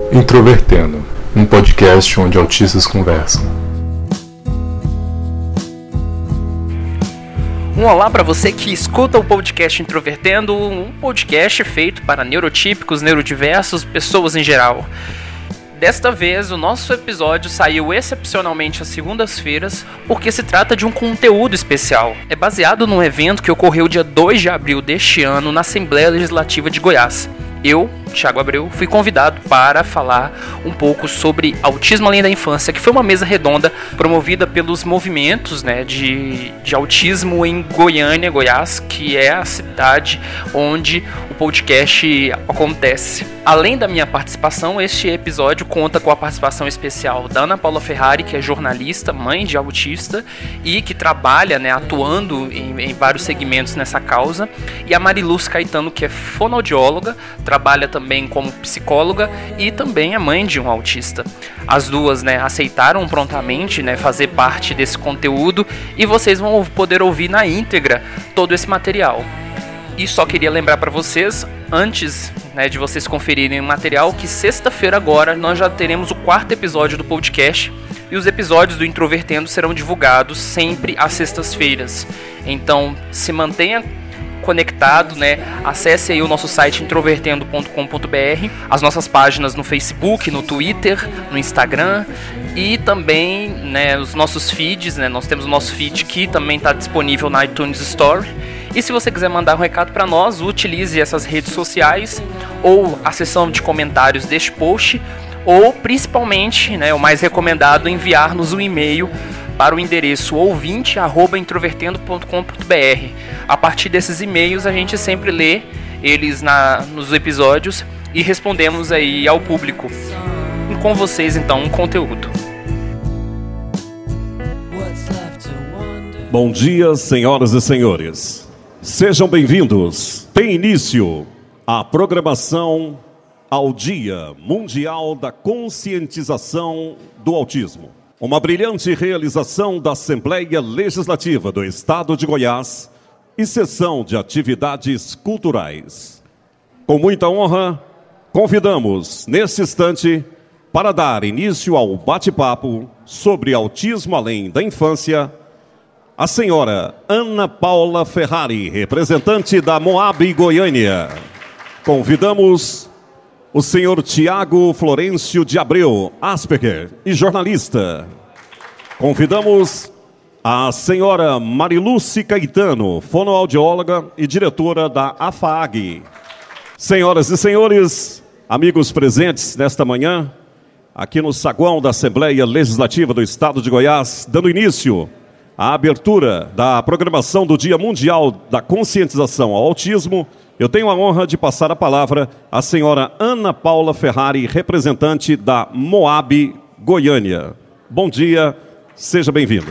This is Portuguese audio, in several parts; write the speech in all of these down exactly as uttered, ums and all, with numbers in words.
Introvertendo, um podcast onde autistas conversam. Um olá para você que escuta o podcast Introvertendo, um podcast feito para neurotípicos, neurodiversos, pessoas em geral. Desta vez, o nosso episódio saiu excepcionalmente às segundas-feiras, porque se trata de um conteúdo especial. É baseado num evento que ocorreu dia dois de abril deste ano na Assembleia Legislativa de Goiás. Eu, Thiago Abreu, fui convidado para falar um pouco sobre autismo além da infância, que foi uma mesa redonda promovida pelos movimentos, né, de, de autismo em Goiânia, Goiás, que é a cidade onde o podcast acontece. Além da minha participação, este episódio conta com a participação especial da Ana Paula Ferrari, que é jornalista, mãe de autista e que trabalha, né, atuando em, em vários segmentos nessa causa, e a Mariluz Caetano, que é fonoaudióloga, trabalha também como psicóloga e também é mãe de um autista. As duas, né, aceitaram prontamente, né, fazer parte desse conteúdo e vocês vão poder ouvir na íntegra todo esse material. E só queria lembrar para vocês, antes, né, de vocês conferirem o material, que sexta-feira agora nós já teremos o quarto episódio do podcast e os episódios do Introvertendo serão divulgados sempre às sextas-feiras. Então se mantenha conectado, né? Acesse aí o nosso site introvertendo ponto com ponto b r, as nossas páginas no Facebook, no Twitter, no Instagram e também, né, os nossos feeds, né? Nós temos o nosso feed que também está disponível na iTunes Store. E se você quiser mandar um recado para nós, utilize essas redes sociais ou a seção de comentários deste post, ou principalmente, né, o mais recomendado, enviar-nos um e-mail para o endereço ouvinte arroba introvertendo ponto com ponto b r. A partir desses e-mails a gente sempre lê eles na, nos episódios e respondemos aí ao público. E com vocês então um conteúdo. Bom dia, senhoras e senhores. Sejam bem-vindos. Tem início a programação ao Dia Mundial da Conscientização do Autismo. Uma brilhante realização da Assembleia Legislativa do Estado de Goiás e sessão de atividades culturais. Com muita honra, convidamos, neste instante, para dar início ao bate-papo sobre autismo além da infância, a senhora Ana Paula Ferrari, representante da Moab Goiânia. Convidamos o senhor Tiago Florencio de Abreu, Asperger e jornalista. Convidamos a senhora Mariluz Caetano, fonoaudióloga e diretora da AFAAG. Senhoras e senhores, amigos presentes nesta manhã, aqui no saguão da Assembleia Legislativa do Estado de Goiás, dando início à abertura da programação do Dia Mundial da Conscientização ao Autismo, eu tenho a honra de passar a palavra à senhora Ana Paula Ferrari, representante da Moab Goiânia. Bom dia, seja bem-vinda.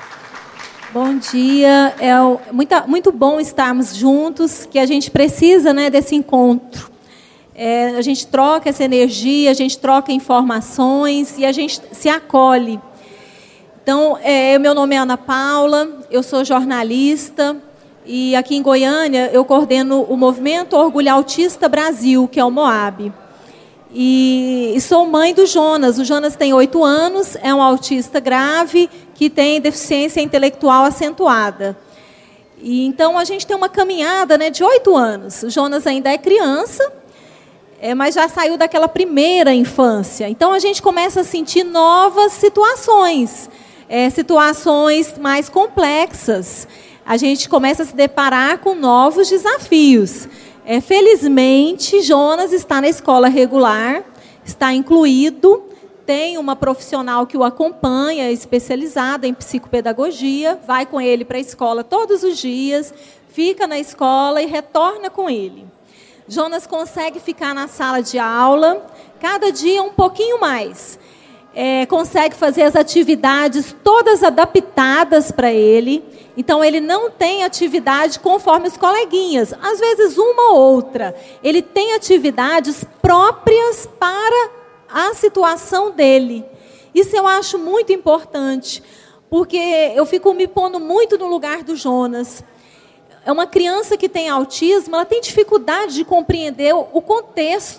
Bom dia, é muito, muito bom estarmos juntos, que a gente precisa, né, desse encontro. É, a gente troca essa energia, a gente troca informações e a gente se acolhe. Então, é, meu nome é Ana Paula, eu sou jornalista. E aqui em Goiânia eu coordeno o movimento Orgulho Autista Brasil, que é o Moab. E, e sou mãe do Jonas. O Jonas tem oito anos, é um autista grave que tem deficiência intelectual acentuada. E, então a gente tem uma caminhada, né, de oito anos. O Jonas ainda é criança, é, mas já saiu daquela primeira infância. Então a gente começa a sentir novas situações, é, situações mais complexas. A gente começa a se deparar com novos desafios. É, felizmente, Jonas está na escola regular, está incluído, tem uma profissional que o acompanha, especializada em psicopedagogia, vai com ele para a escola todos os dias, fica na escola e retorna com ele. Jonas consegue ficar na sala de aula, cada dia um pouquinho mais. É, consegue fazer as atividades todas adaptadas para ele. Então, ele não tem atividade conforme os coleguinhas. Às vezes, uma ou outra. Ele tem atividades próprias para a situação dele. Isso eu acho muito importante, porque eu fico me pondo muito no lugar do Jonas. É uma criança que tem autismo, ela tem dificuldade de compreender o contexto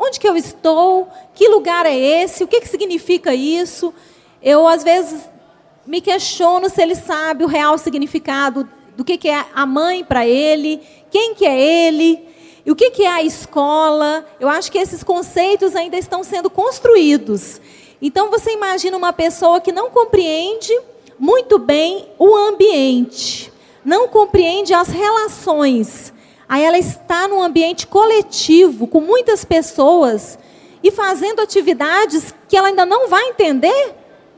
onde que eu estou? Que lugar é esse? O que, que significa isso? Eu, às vezes, me questiono se ele sabe o real significado do que, que é a mãe para ele, quem que é ele, e o que, que é a escola. Eu acho que esses conceitos ainda estão sendo construídos. Então, você imagina uma pessoa que não compreende muito bem o ambiente, não compreende as relações. Aí ela está num ambiente coletivo, com muitas pessoas, e fazendo atividades que ela ainda não vai entender.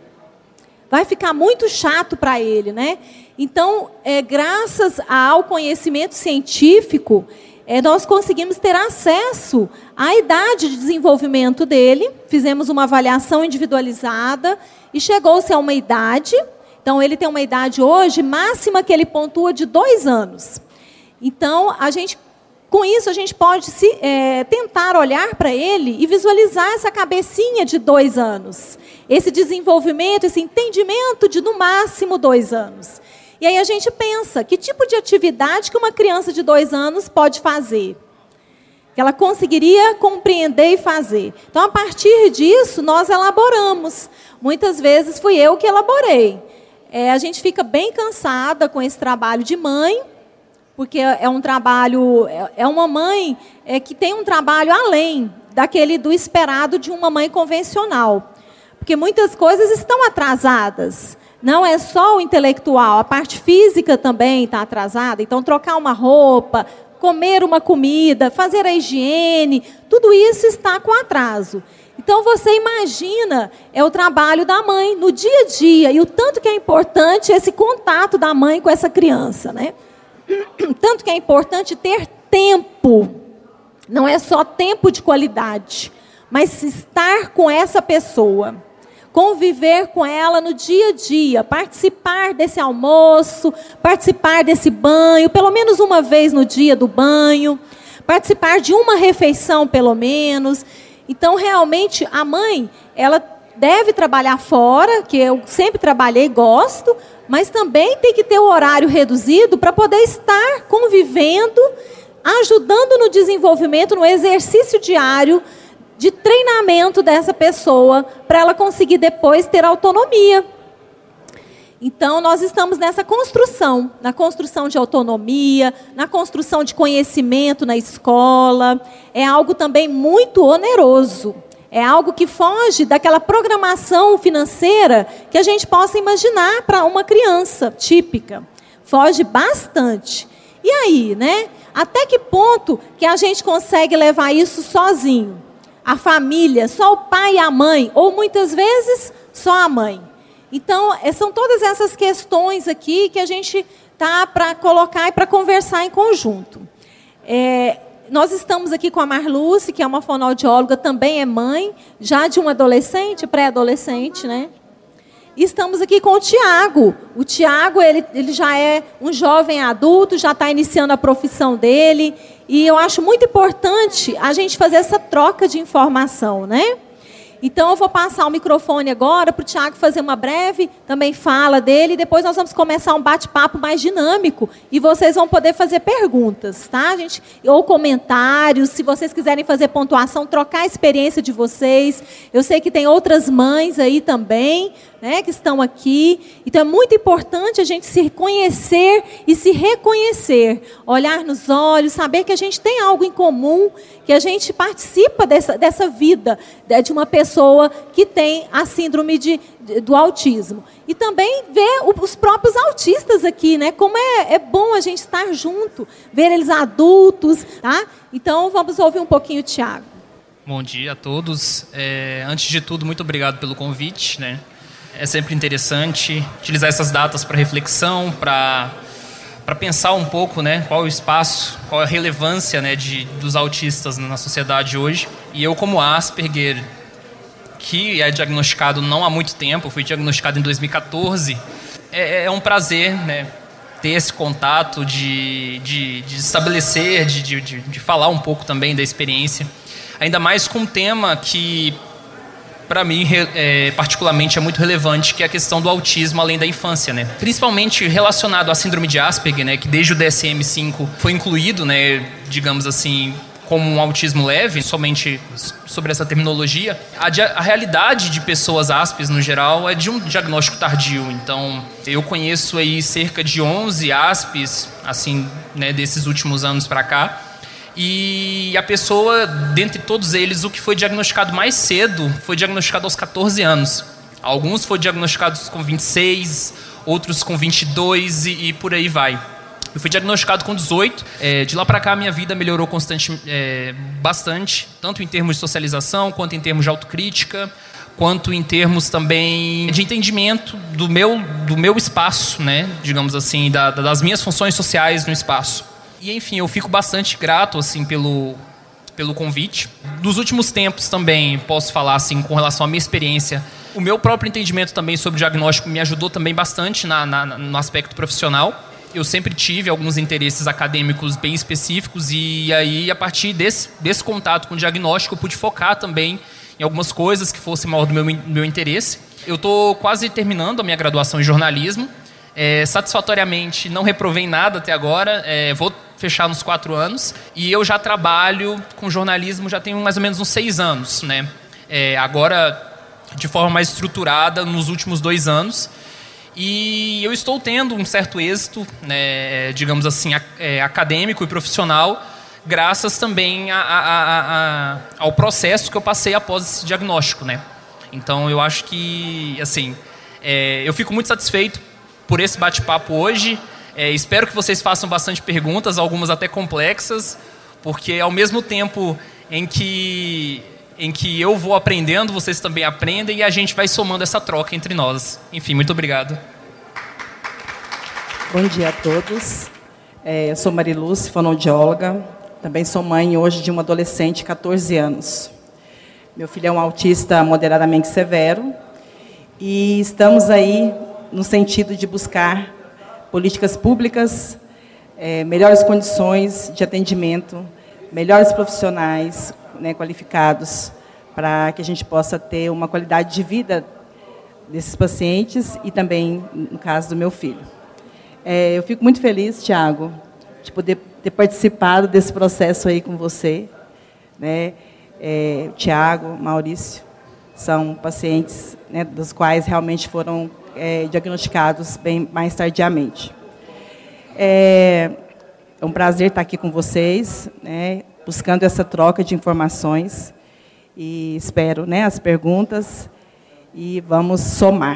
Vai ficar muito chato para ele, né? Então, é, graças ao conhecimento científico, é, nós conseguimos ter acesso à idade de desenvolvimento dele. Fizemos uma avaliação individualizada e chegou-se a uma idade. Então, ele tem uma idade hoje máxima que ele pontua de dois anos. Então, a gente, com isso, a gente pode se, é, tentar olhar para ele e visualizar essa cabecinha de dois anos. Esse desenvolvimento, esse entendimento de, no máximo, dois anos. E aí a gente pensa, que tipo de atividade que uma criança de dois anos pode fazer? Que ela conseguiria compreender e fazer. Então, a partir disso, nós elaboramos. Muitas vezes fui eu que elaborei. É, a gente fica bem cansada com esse trabalho de mãe, porque é um trabalho, é uma mãe é, que tem um trabalho além daquele do esperado de uma mãe convencional. Porque muitas coisas estão atrasadas. Não é só o intelectual, a parte física também está atrasada. Então, trocar uma roupa, comer uma comida, fazer a higiene, tudo isso está com atraso. Então, você imagina, é o trabalho da mãe no dia a dia, e o tanto que é importante esse contato da mãe com essa criança, né? Tanto que é importante ter tempo, não é só tempo de qualidade, mas estar com essa pessoa. Conviver com ela no dia a dia, participar desse almoço, participar desse banho, pelo menos uma vez no dia do banho, participar de uma refeição, pelo menos. Então, realmente, a mãe, ela deve trabalhar fora, que eu sempre trabalhei e gosto, mas também tem que ter o horário reduzido para poder estar convivendo, ajudando no desenvolvimento, no exercício diário, de treinamento dessa pessoa, para ela conseguir depois ter autonomia. Então, nós estamos nessa construção, na construção de autonomia, na construção de conhecimento na escola. É algo também muito oneroso. É algo que foge daquela programação financeira que a gente possa imaginar para uma criança típica. Foge bastante. E aí, né? Até que ponto que a gente consegue levar isso sozinho? A família, só o pai e a mãe, ou muitas vezes só a mãe. Então, são todas essas questões aqui que a gente tá para colocar e para conversar em conjunto. É, nós estamos aqui com a Marluce, que é uma fonoaudióloga, também é mãe, já de um adolescente, pré-adolescente, né? E estamos aqui com o Tiago. O Tiago, ele, ele já é um jovem adulto, já está iniciando a profissão dele. E eu acho muito importante a gente fazer essa troca de informação, né? Então, eu vou passar o microfone agora para o Tiago fazer uma breve também fala dele. E depois nós vamos começar um bate-papo mais dinâmico. E vocês vão poder fazer perguntas, tá, gente? Ou comentários, se vocês quiserem fazer pontuação, trocar a experiência de vocês. Eu sei que tem outras mães aí também, né, que estão aqui. Então, é muito importante a gente se conhecer e se reconhecer. Olhar nos olhos, saber que a gente tem algo em comum, que a gente participa dessa, dessa vida de uma pessoa que tem a síndrome de, de, do autismo. E também ver os próprios autistas aqui, né? Como é, é bom a gente estar junto, ver eles adultos, tá? Então, vamos ouvir um pouquinho o Tiago. Bom dia a todos. É, antes de tudo, muito obrigado pelo convite, né? É sempre interessante utilizar essas datas para reflexão, para para pensar um pouco, né, qual é o espaço, qual é a relevância, né, de, dos autistas na sociedade hoje. E eu, como Asperger, que é diagnosticado não há muito tempo, fui diagnosticado em dois mil e catorze, é, é um prazer, né, ter esse contato, de, de, de estabelecer, de, de, de falar um pouco também da experiência. Ainda mais com um tema que, para mim, é, particularmente, é muito relevante, que é a questão do autismo além da infância, né? Principalmente relacionado à síndrome de Asperger, né? Que desde o D S M cinco foi incluído, né? Digamos assim, como um autismo leve, somente sobre essa terminologia, a, a realidade de pessoas áspis, no geral, é de um diagnóstico tardio. Então, eu conheço aí cerca de onze áspis, assim, né, desses últimos anos para cá, e a pessoa, dentre todos eles, o que foi diagnosticado mais cedo foi diagnosticado aos catorze anos. Alguns foram diagnosticados com vinte e seis, outros com vinte e dois e, e por aí vai. Eu fui diagnosticado com dezoito. É, de lá para cá, minha vida melhorou constante, é, bastante, tanto em termos de socialização, quanto em termos de autocrítica, quanto em termos também de entendimento do meu, do meu espaço, né? Digamos assim, da, das minhas funções sociais no espaço. E, enfim, eu fico bastante grato assim, pelo, pelo convite. Dos últimos tempos também, posso falar assim, com relação à minha experiência, o meu próprio entendimento também sobre o diagnóstico me ajudou também bastante na, na, no aspecto profissional. Eu sempre tive alguns interesses acadêmicos bem específicos e aí, a partir desse, desse contato com o diagnóstico, eu pude focar também em algumas coisas que fossem maior do meu, meu interesse. Eu estou quase terminando a minha graduação em jornalismo. É, satisfatoriamente, não reprovei nada até agora. É, vou fechar nos quatro anos. E eu já trabalho com jornalismo já tenho mais ou menos uns seis anos. Né? É, agora, de forma mais estruturada, nos últimos dois anos. E eu estou tendo um certo êxito, né, digamos assim, é, acadêmico e profissional, graças também a, a, a, a, ao processo que eu passei após esse diagnóstico. Né? Então, eu acho que, assim, é, eu fico muito satisfeito por esse bate-papo hoje. É, espero que vocês façam bastante perguntas, algumas até complexas, porque ao mesmo tempo em que, em que eu vou aprendendo, vocês também aprendem e a gente vai somando essa troca entre nós. Enfim, muito obrigado. Bom dia a todos. É, eu sou Marilúcia, fonoaudióloga. Também sou mãe hoje de um adolescente de catorze anos. Meu filho é um autista moderadamente severo e estamos aí no sentido de buscar políticas públicas, é, melhores condições de atendimento, melhores profissionais, né, qualificados, para que a gente possa ter uma qualidade de vida desses pacientes e também, no caso do meu filho. É, eu fico muito feliz, Tiago, de poder ter participado desse processo aí com você. Né? É, Tiago, Maurício, são pacientes, né, dos quais realmente foram É, diagnosticados bem mais tardiamente. É, é um prazer estar aqui com vocês, né, buscando essa troca de informações e espero, né, as perguntas e vamos somar.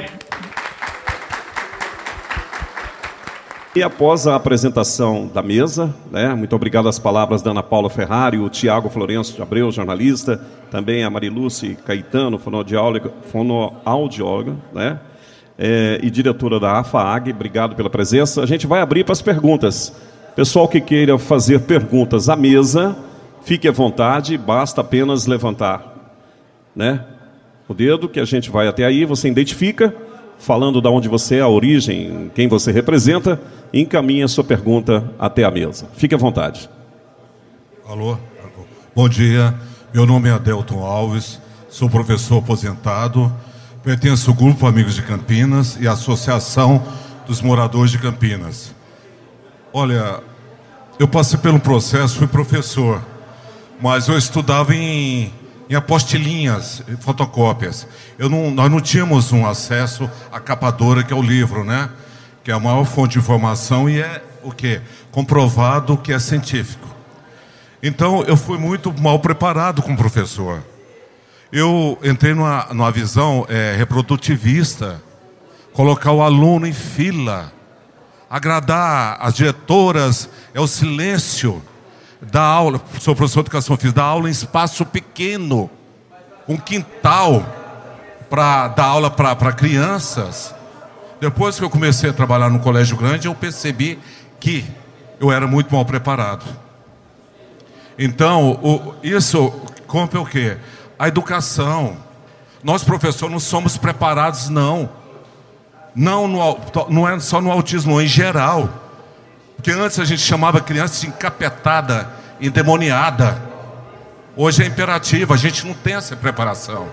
E após a apresentação da mesa, né, muito obrigado às palavras da Ana Paula Ferrari, o Tiago Florencio de Abreu, jornalista, também a Marilúcia Caetano, fonoaudióloga, fonoaudióloga, né, É, e diretora da AFAAG, obrigado pela presença. A gente vai abrir para as perguntas. Pessoal que queira fazer perguntas à mesa, fique à vontade, basta apenas levantar, né, o dedo, que a gente vai até aí, você identifica, falando de onde você é, a origem, quem você representa, e encaminha a sua pergunta até a mesa. Fique à vontade. Alô? Alô. Bom dia, meu nome é Adelton Alves, sou professor aposentado, pertenço ao Grupo Amigos de Campinas e à Associação dos Moradores de Campinas. Olha, eu passei pelo processo, fui professor, mas eu estudava em, em apostilinhas, fotocópias. Eu não, nós não tínhamos um acesso à capa dura, que é o livro, né? Que é a maior fonte de informação e é o quê? Comprovado que é científico. Então, eu fui muito mal preparado como professor. Eu entrei numa, numa visão é, reprodutivista, colocar o aluno em fila, agradar as diretoras, é o silêncio, dar aula, sou professor de educação física, dar aula em espaço pequeno, um quintal, para dar aula para crianças. Depois que eu comecei a trabalhar no colégio grande, eu percebi que eu era muito mal preparado. Então, o, isso compra o quê? A educação. Nós, professores, não somos preparados, não. Não, no, não é só no autismo, em geral. Porque antes a gente chamava a criança de encapetada, endemoniada. Hoje é imperativo, a gente não tem essa preparação.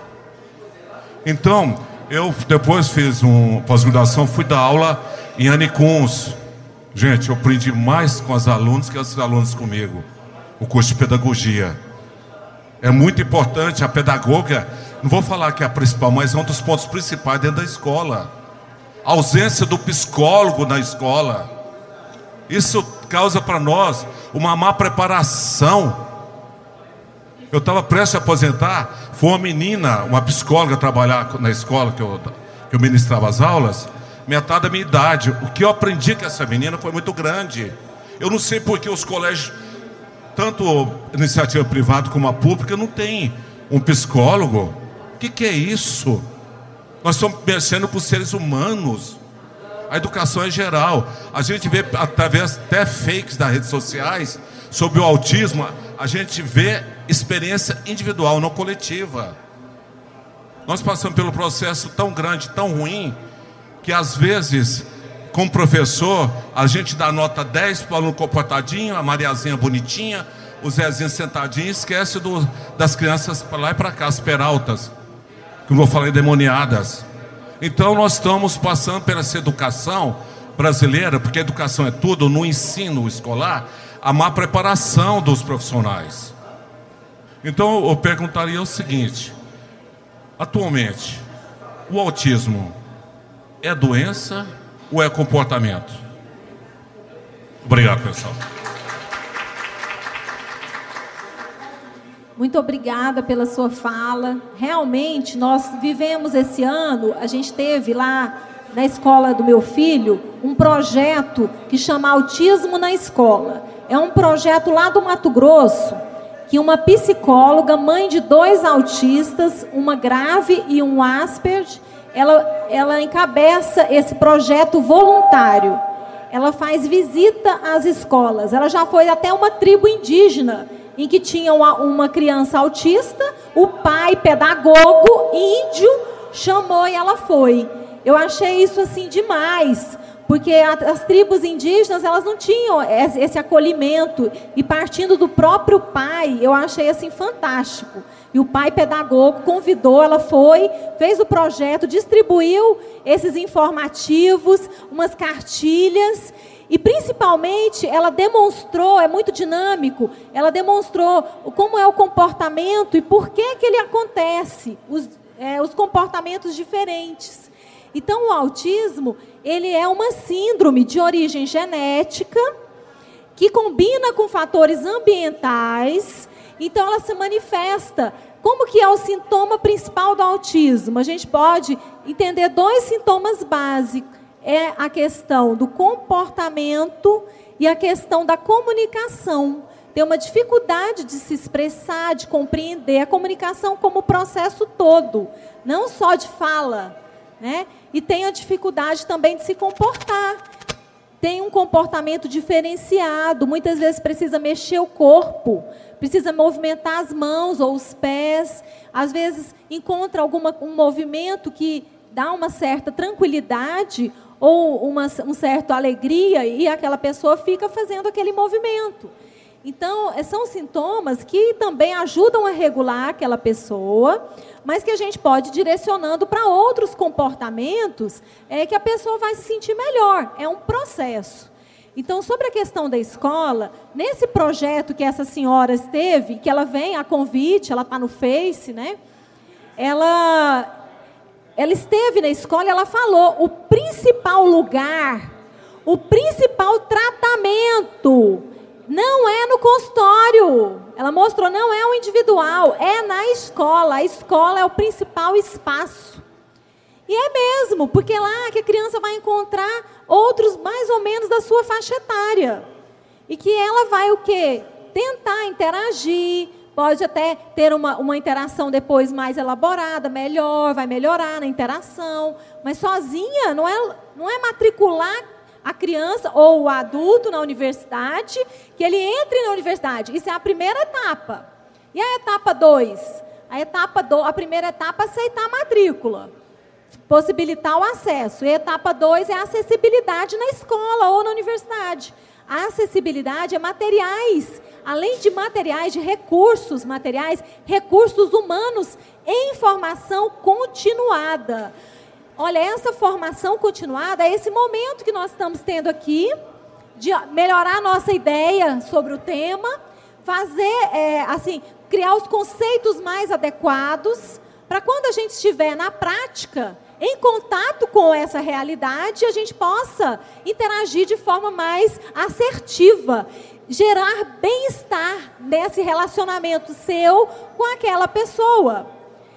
Então, eu depois fiz uma pós-graduação, fui dar aula em Anicuns. Gente, eu aprendi mais com os alunos que os alunos comigo. o curso de pedagogia. É muito importante a pedagoga, não vou falar que é a principal, mas é um dos pontos principais dentro da escola. A ausência do psicólogo na escola. Isso causa para nós uma má preparação. Eu estava prestes a aposentar, foi uma menina, uma psicóloga trabalhar na escola que eu, que eu ministrava as aulas, metade da minha idade. O que eu aprendi com essa menina foi muito grande. Eu não sei por que os colégios, tanto iniciativa privada como a pública, não tem um psicólogo. O que, que é isso? Nós estamos mexendo com seres humanos. A educação é geral. A gente vê, através até fakes das redes sociais, sobre o autismo, a gente vê experiência individual, não coletiva. Nós passamos pelo processo tão grande, tão ruim, que às vezes, como professor, a gente dá nota dez para o aluno comportadinho, a Mariazinha bonitinha, o Zezinho sentadinho, e esquece do, das crianças para lá e para cá, as peraltas, como eu falei, demoniadas. Então nós estamos passando pela essa educação brasileira, porque a educação é tudo, no ensino escolar, a má preparação dos profissionais. Então eu perguntaria o seguinte: atualmente, o autismo é doença ou é comportamento? Obrigado, pessoal. Muito obrigada pela sua fala. Realmente, nós vivemos esse ano, a gente teve lá na escola do meu filho um projeto que chama Autismo na Escola. É um projeto lá do Mato Grosso, que uma psicóloga, mãe de dois autistas, uma grave e um Asperger, ela, ela encabeça esse projeto voluntário. Ela faz visita às escolas. Ela já foi até uma tribo indígena, em que tinha uma, uma criança autista, o pai, pedagogo, índio, chamou e ela foi. Eu achei isso assim demais, porque a, as tribos indígenas, elas não tinham esse, esse acolhimento, e partindo do próprio pai, eu achei assim fantástico. E o pai pedagogo convidou, ela foi, fez o projeto, distribuiu esses informativos, umas cartilhas. E, principalmente, ela demonstrou, é muito dinâmico, ela demonstrou como é o comportamento e por que, que ele acontece, os, é, os comportamentos diferentes. Então, o autismo, ele é uma síndrome de origem genética, que combina com fatores ambientais, então ela se manifesta. Como que é o sintoma principal do autismo? A gente pode entender dois sintomas básicos. É a questão do comportamento e a questão da comunicação. Tem uma dificuldade de se expressar, de compreender a comunicação como processo todo, não só de fala, né? E tem a dificuldade também de se comportar. Tem um comportamento diferenciado, muitas vezes precisa mexer o corpo, precisa movimentar as mãos ou os pés, às vezes encontra alguma, um movimento que dá uma certa tranquilidade ou uma um certa alegria, e aquela pessoa fica fazendo aquele movimento. Então, são sintomas que também ajudam a regular aquela pessoa, mas que a gente pode ir direcionando para outros comportamentos, é, que a pessoa vai se sentir melhor. É um processo. Então, sobre a questão da escola, nesse projeto que essa senhora esteve, que ela vem a convite, ela está no Face, né? Ela... Ela esteve na escola e ela falou, o principal lugar, o principal tratamento, não é no consultório. Ela mostrou, não é o individual, é na escola. A escola é o principal espaço. E é mesmo, porque é lá que a criança vai encontrar outros mais ou menos da sua faixa etária. E que ela vai o quê? Tentar interagir. Pode até ter uma, uma interação depois mais elaborada, melhor, vai melhorar na interação. Mas sozinha não é, não é matricular a criança ou o adulto na universidade, que ele entre na universidade. Isso é a primeira etapa. E a etapa dois? A, etapa do, a primeira etapa é aceitar a matrícula, possibilitar o acesso. E a etapa dois é a acessibilidade na escola ou na universidade. A acessibilidade é materiais, além de materiais, de recursos materiais, recursos humanos em formação continuada. Olha, essa formação continuada é esse momento que nós estamos tendo aqui, de melhorar a nossa ideia sobre o tema, fazer, é, assim, criar os conceitos mais adequados, para quando a gente estiver na prática, em contato com essa realidade, a gente possa interagir de forma mais assertiva, gerar bem-estar nesse relacionamento seu com aquela pessoa.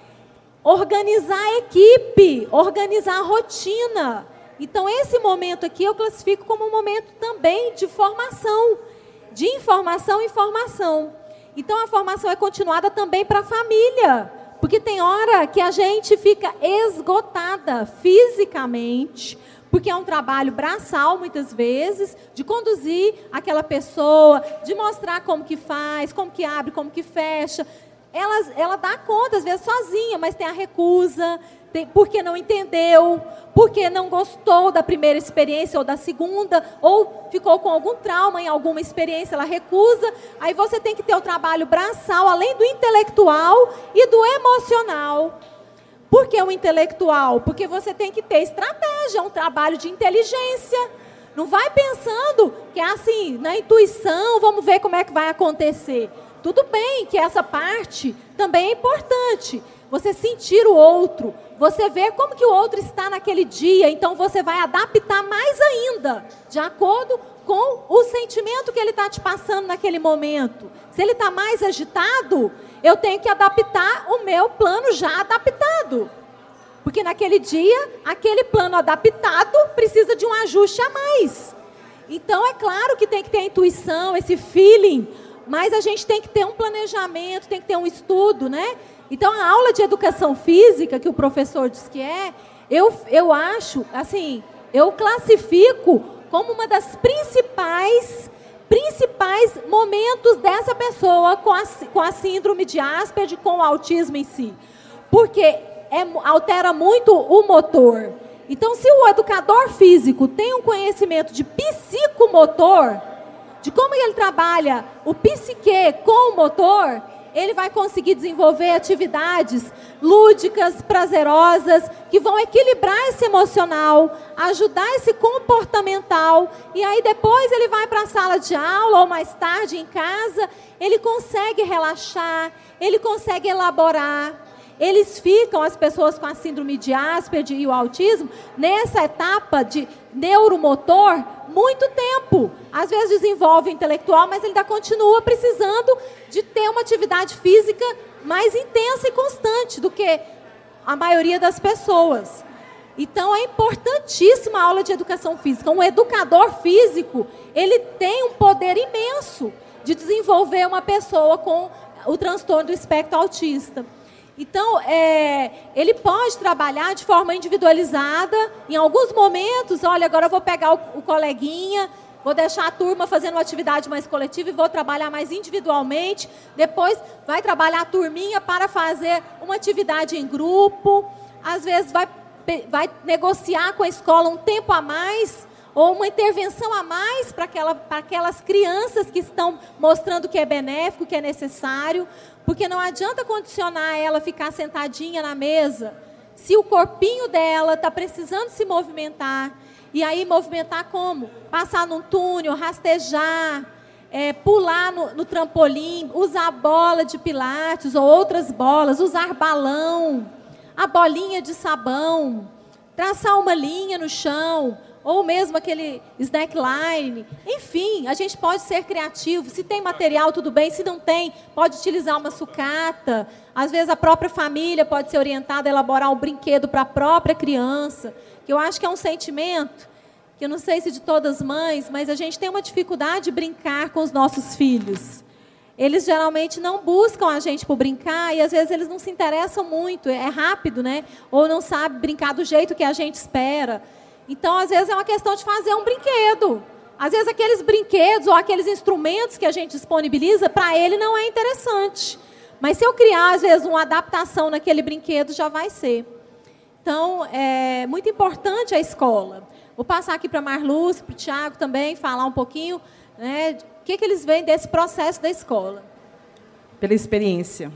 Organizar a equipe, organizar a rotina. Então, esse momento aqui eu classifico como um momento também de formação, de informação e formação. Então, a formação é continuada também para a família, porque tem hora que a gente fica esgotada fisicamente, porque é um trabalho braçal, muitas vezes, de conduzir aquela pessoa, de mostrar como que faz, como que abre, como que fecha. Ela, ela dá conta, às vezes, sozinha, mas tem a recusa, tem, porque não entendeu, porque não gostou da primeira experiência ou da segunda, ou ficou com algum trauma em alguma experiência, ela recusa. Aí você tem que ter o trabalho braçal, além do intelectual e do emocional. Por que o intelectual? Porque você tem que ter estratégia, um trabalho de inteligência. Não vai pensando que é assim, na intuição, vamos ver como é que vai acontecer. Tudo bem que essa parte também é importante. Você sentir o outro, você ver como que o outro está naquele dia, então você vai adaptar mais ainda, de acordo com o sentimento que ele está te passando naquele momento. Se ele está mais agitado, eu tenho que adaptar o meu plano já adaptado. Porque naquele dia, aquele plano adaptado precisa de um ajuste a mais. Então, é claro que tem que ter a intuição, esse feeling, mas a gente tem que ter um planejamento, tem que ter um estudo, né? Então, a aula de educação física, que o professor diz que é, eu, eu acho, assim, eu classifico como uma das principais, principais momentos dessa pessoa com a, com a síndrome de Asperger, com o autismo em si. Porque é, altera muito o motor. Então, se o educador físico tem um conhecimento de psicomotor, de como ele trabalha o psique com o motor, ele vai conseguir desenvolver atividades lúdicas, prazerosas, que vão equilibrar esse emocional, ajudar esse comportamental, e aí depois ele vai para a sala de aula, ou mais tarde em casa, ele consegue relaxar, ele consegue elaborar. Eles ficam, as pessoas com a síndrome de Asperger e o autismo, nessa etapa de neuromotor, muito tempo. Às vezes desenvolve o intelectual, mas ele ainda continua precisando de ter uma atividade física mais intensa e constante do que a maioria das pessoas. Então, é importantíssima a aula de educação física. Um educador físico, ele tem um poder imenso de desenvolver uma pessoa com o transtorno do espectro autista. Então, é, ele pode trabalhar de forma individualizada. Em alguns momentos, olha, agora eu vou pegar o, o coleguinha, vou deixar a turma fazendo uma atividade mais coletiva e vou trabalhar mais individualmente. Depois, vai trabalhar a turminha para fazer uma atividade em grupo. Às vezes, vai, vai negociar com a escola um tempo a mais ou uma intervenção a mais para aquela, para aquelas crianças que estão mostrando que é benéfico, que é necessário. Porque não adianta condicionar ela a ficar sentadinha na mesa, se o corpinho dela está precisando se movimentar. E aí, movimentar como? Passar num túnel, rastejar, é, pular no, no trampolim, usar bola de pilates ou outras bolas, usar balão, a bolinha de sabão, traçar uma linha no chão, ou mesmo aquele slackline. Enfim, a gente pode ser criativo. Se tem material, tudo bem. Se não tem, pode utilizar uma sucata. Às vezes, a própria família pode ser orientada a elaborar um brinquedo para a própria criança, que eu acho que é um sentimento, que eu não sei se de todas as mães, mas a gente tem uma dificuldade de brincar com os nossos filhos. Eles geralmente não buscam a gente por brincar e, às vezes, eles não se interessam muito. É rápido, né? Ou não sabem brincar do jeito que a gente espera. Então, às vezes, é uma questão de fazer um brinquedo. Às vezes, aqueles brinquedos ou aqueles instrumentos que a gente disponibiliza, para ele não é interessante. Mas se eu criar, às vezes, uma adaptação naquele brinquedo, já vai ser. Então, é muito importante a escola. Vou passar aqui para a Marluce, para o Tiago também, falar um pouquinho, né, o que, que eles veem desse processo da escola. Pela experiência.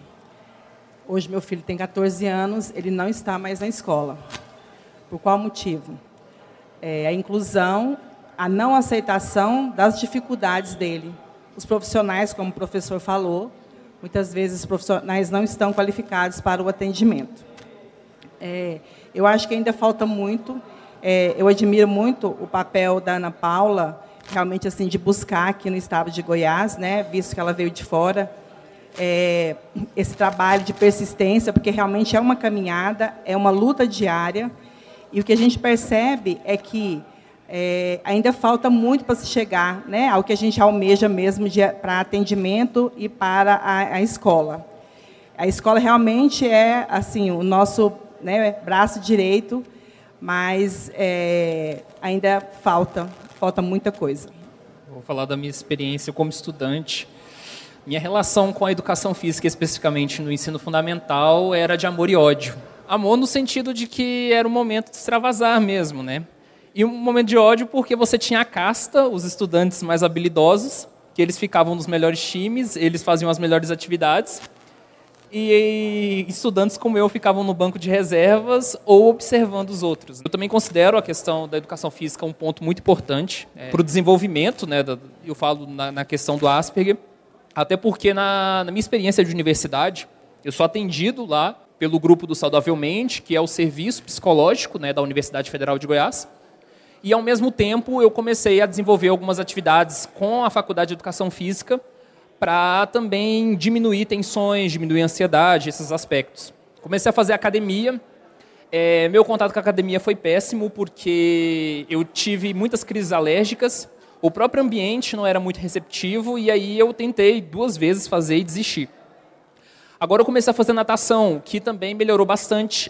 Hoje, meu filho tem catorze anos, ele não está mais na escola. Por qual motivo? É, a inclusão, a não aceitação das dificuldades dele. os profissionais, como o professor falou, muitas vezes os profissionais não estão qualificados para o atendimento. É, eu acho que ainda falta muito. É, eu admiro muito o papel da Ana Paula, realmente assim, de buscar aqui no estado de Goiás, né, visto que ela veio de fora, é, esse trabalho de persistência, porque realmente é uma caminhada, é uma luta diária, e o que a gente percebe é que é, ainda falta muito para se chegar, né, ao que a gente almeja mesmo para atendimento e para a, a escola. A escola realmente é assim, o nosso, né, braço direito, mas é, ainda falta, falta muita coisa. Vou falar da minha experiência como estudante. Minha relação com a educação física, especificamente no ensino fundamental, era de amor e ódio. Amor no sentido de que era um momento de extravasar mesmo, né? E um momento de ódio porque você tinha a casta, os estudantes mais habilidosos, que eles ficavam nos melhores times, eles faziam as melhores atividades, e estudantes como eu ficavam no banco de reservas ou observando os outros. Eu também considero a questão da educação física um ponto muito importante é, para o desenvolvimento, né, da, eu falo na, na questão do Asperger, até porque na, na minha experiência de universidade, eu sou atendido lá pelo grupo do Saudavelmente, que é o serviço psicológico, né, da Universidade Federal de Goiás, e ao mesmo tempo eu comecei a desenvolver algumas atividades com a Faculdade de Educação Física, para também diminuir tensões, diminuir ansiedade, esses aspectos. Comecei a fazer academia. É, meu contato com a academia foi péssimo, porque eu tive muitas crises alérgicas, o próprio ambiente não era muito receptivo, e aí eu tentei duas vezes fazer e desisti. Agora eu comecei a fazer natação, que também melhorou bastante,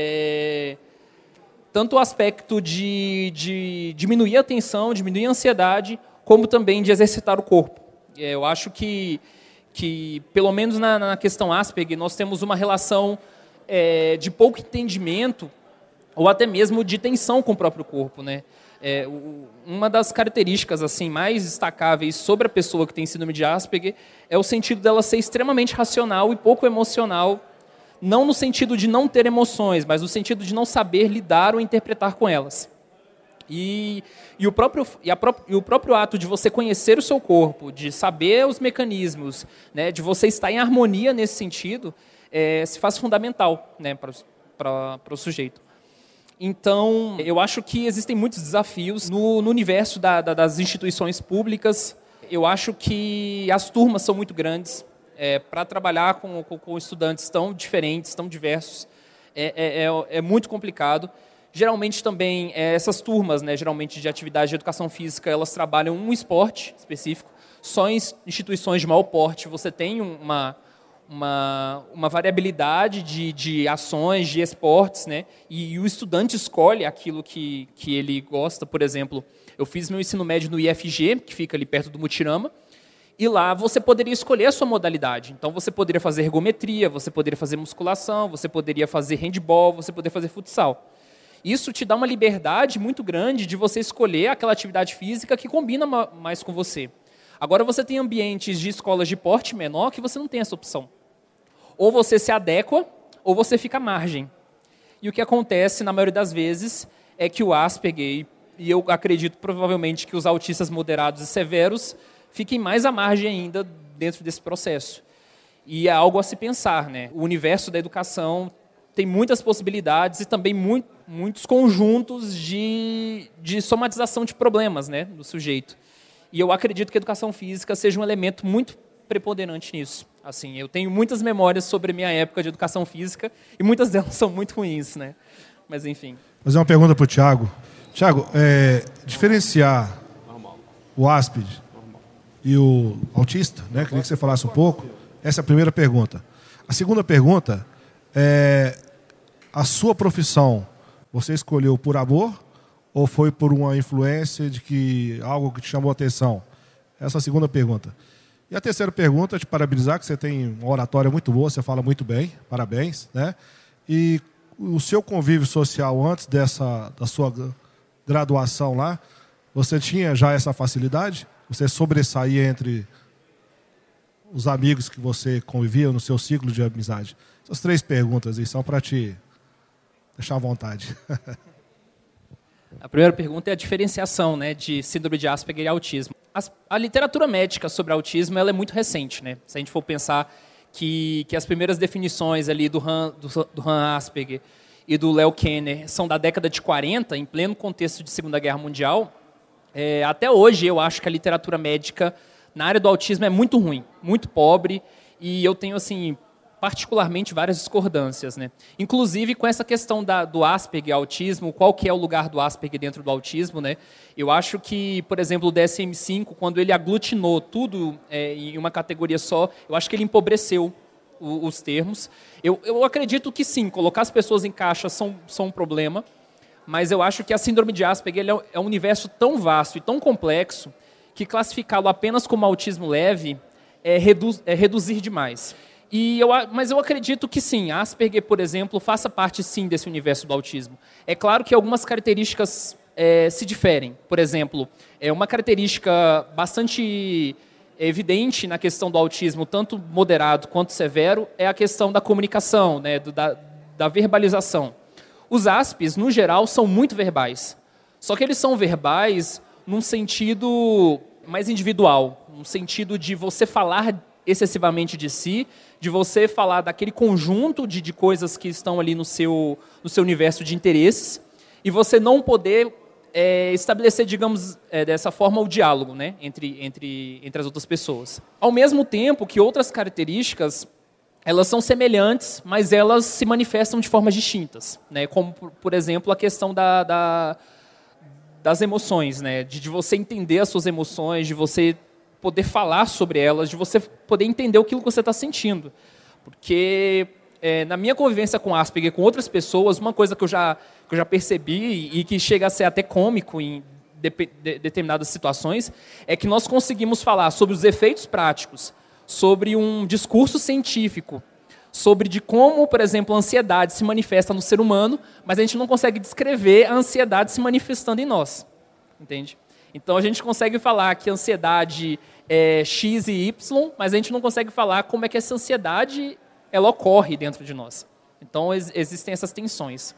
é, tanto o aspecto de, de diminuir a tensão, diminuir a ansiedade, como também de exercitar o corpo. Eu acho que, que pelo menos na, na questão Asperger, nós temos uma relação é, de pouco entendimento ou até mesmo de tensão com o próprio corpo, né? É, o, uma das características assim, mais destacáveis sobre a pessoa que tem síndrome de Asperger é o sentido dela ser extremamente racional e pouco emocional, não no sentido de não ter emoções, mas no sentido de não saber lidar ou interpretar com elas. E, e, o próprio, e, a pró e o próprio ato de você conhecer o seu corpo, de saber os mecanismos, né, de você estar em harmonia nesse sentido, é, se faz fundamental, né, para o sujeito. Então, eu acho que existem muitos desafios no, no universo da, da, das instituições públicas. Eu acho que as turmas são muito grandes. É, para trabalhar com, com, com estudantes tão diferentes, tão diversos, é, é, é, é muito complicado. Geralmente também, essas turmas, né, geralmente de atividade de educação física, elas trabalham um esporte específico. Só em instituições de maior porte você tem uma, uma, uma variabilidade de, de ações, de esportes, né, e, e o estudante escolhe aquilo que, que ele gosta. Por exemplo, eu fiz meu ensino médio no I F G, que fica ali perto do Mutirama, e lá você poderia escolher a sua modalidade. Então você poderia fazer ergometria, você poderia fazer musculação, você poderia fazer handball, você poderia fazer futsal. Isso te dá uma liberdade muito grande de você escolher aquela atividade física que combina mais com você. Agora você tem ambientes de escolas de porte menor que você não tem essa opção. Ou você se adequa, ou você fica à margem. E o que acontece, na maioria das vezes, é que o Asperger, e eu acredito provavelmente que os autistas moderados e severos, fiquem mais à margem ainda dentro desse processo. E é algo a se pensar, né? O universo da educação tem muitas possibilidades e também muito, muitos conjuntos de, de somatização de problemas, né, do sujeito. E eu acredito que a educação física seja um elemento muito preponderante nisso. Assim, eu tenho muitas memórias sobre a minha época de educação física e muitas delas são muito ruins, né? Mas enfim. Vou fazer uma pergunta para o Thiago. Thiago, é, diferenciar o Asperger e o autista, né? Queria que você falasse um pouco. Essa é a primeira pergunta. A segunda pergunta é: a sua profissão, você escolheu por amor ou foi por uma influência de que algo que te chamou a atenção? Essa é a segunda pergunta. E a terceira pergunta, te parabenizar, que você tem uma oratória muito boa, você fala muito bem, parabéns, né? E o seu convívio social antes dessa, da sua graduação lá, você tinha já essa facilidade? Você sobressaía entre os amigos que você convivia no seu ciclo de amizade? Essas três perguntas aí são para te deixar à vontade. A primeira pergunta é a diferenciação, né, de síndrome de Asperger e autismo. As, a literatura médica sobre autismo ela é muito recente, né? Se a gente for pensar que, que as primeiras definições ali do Han, do, do Han Asperger e do Leo Kanner são da década de quarenta, em pleno contexto de Segunda Guerra Mundial, é, até hoje eu acho que a literatura médica na área do autismo é muito ruim, muito pobre, e eu tenho, assim, particularmente várias discordâncias, né? Inclusive com essa questão da, do Asperger autismo, qual que é o lugar do Asperger dentro do autismo, né? Eu acho que, por exemplo, o D S M cinco, quando ele aglutinou tudo é, em uma categoria só, eu acho que ele empobreceu o, os termos. Eu, eu acredito que sim, colocar as pessoas em caixas são, são um problema, mas eu acho que a síndrome de Asperger ele é, é um universo tão vasto e tão complexo que classificá-lo apenas como autismo leve é, reduz, é reduzir demais. E eu, mas eu acredito que sim, Asperger, por exemplo, faça parte sim desse universo do autismo. É claro que algumas características é, se diferem. Por exemplo, é uma característica bastante evidente na questão do autismo, tanto moderado quanto severo, é a questão da comunicação, né, do, da, da verbalização. Os Aspes, no geral, são muito verbais. Só que eles são verbais num sentido mais individual, num sentido de você falar excessivamente de si, de você falar daquele conjunto de, de coisas que estão ali no seu, no seu universo de interesses, e você não poder é, estabelecer, digamos, é, dessa forma, o diálogo, né, entre, entre, entre as outras pessoas. Ao mesmo tempo que outras características, elas são semelhantes, mas elas se manifestam de formas distintas, né, como, por, por exemplo, a questão da, da, das emoções, né, de, de você entender as suas emoções, de você poder falar sobre elas, de você poder entender aquilo que você está sentindo. Porque é, na minha convivência com Asperger, com outras pessoas, uma coisa que eu já, que eu já percebi e que chega a ser até cômico em de, de, determinadas situações, é que nós conseguimos falar sobre os efeitos práticos, sobre um discurso científico, sobre de como, por exemplo, a ansiedade se manifesta no ser humano, mas a gente não consegue descrever a ansiedade se manifestando em nós. Entende? Então, a gente consegue falar que a ansiedade é X e Y, mas a gente não consegue falar como é que essa ansiedade ela ocorre dentro de nós. Então, ex existem essas tensões.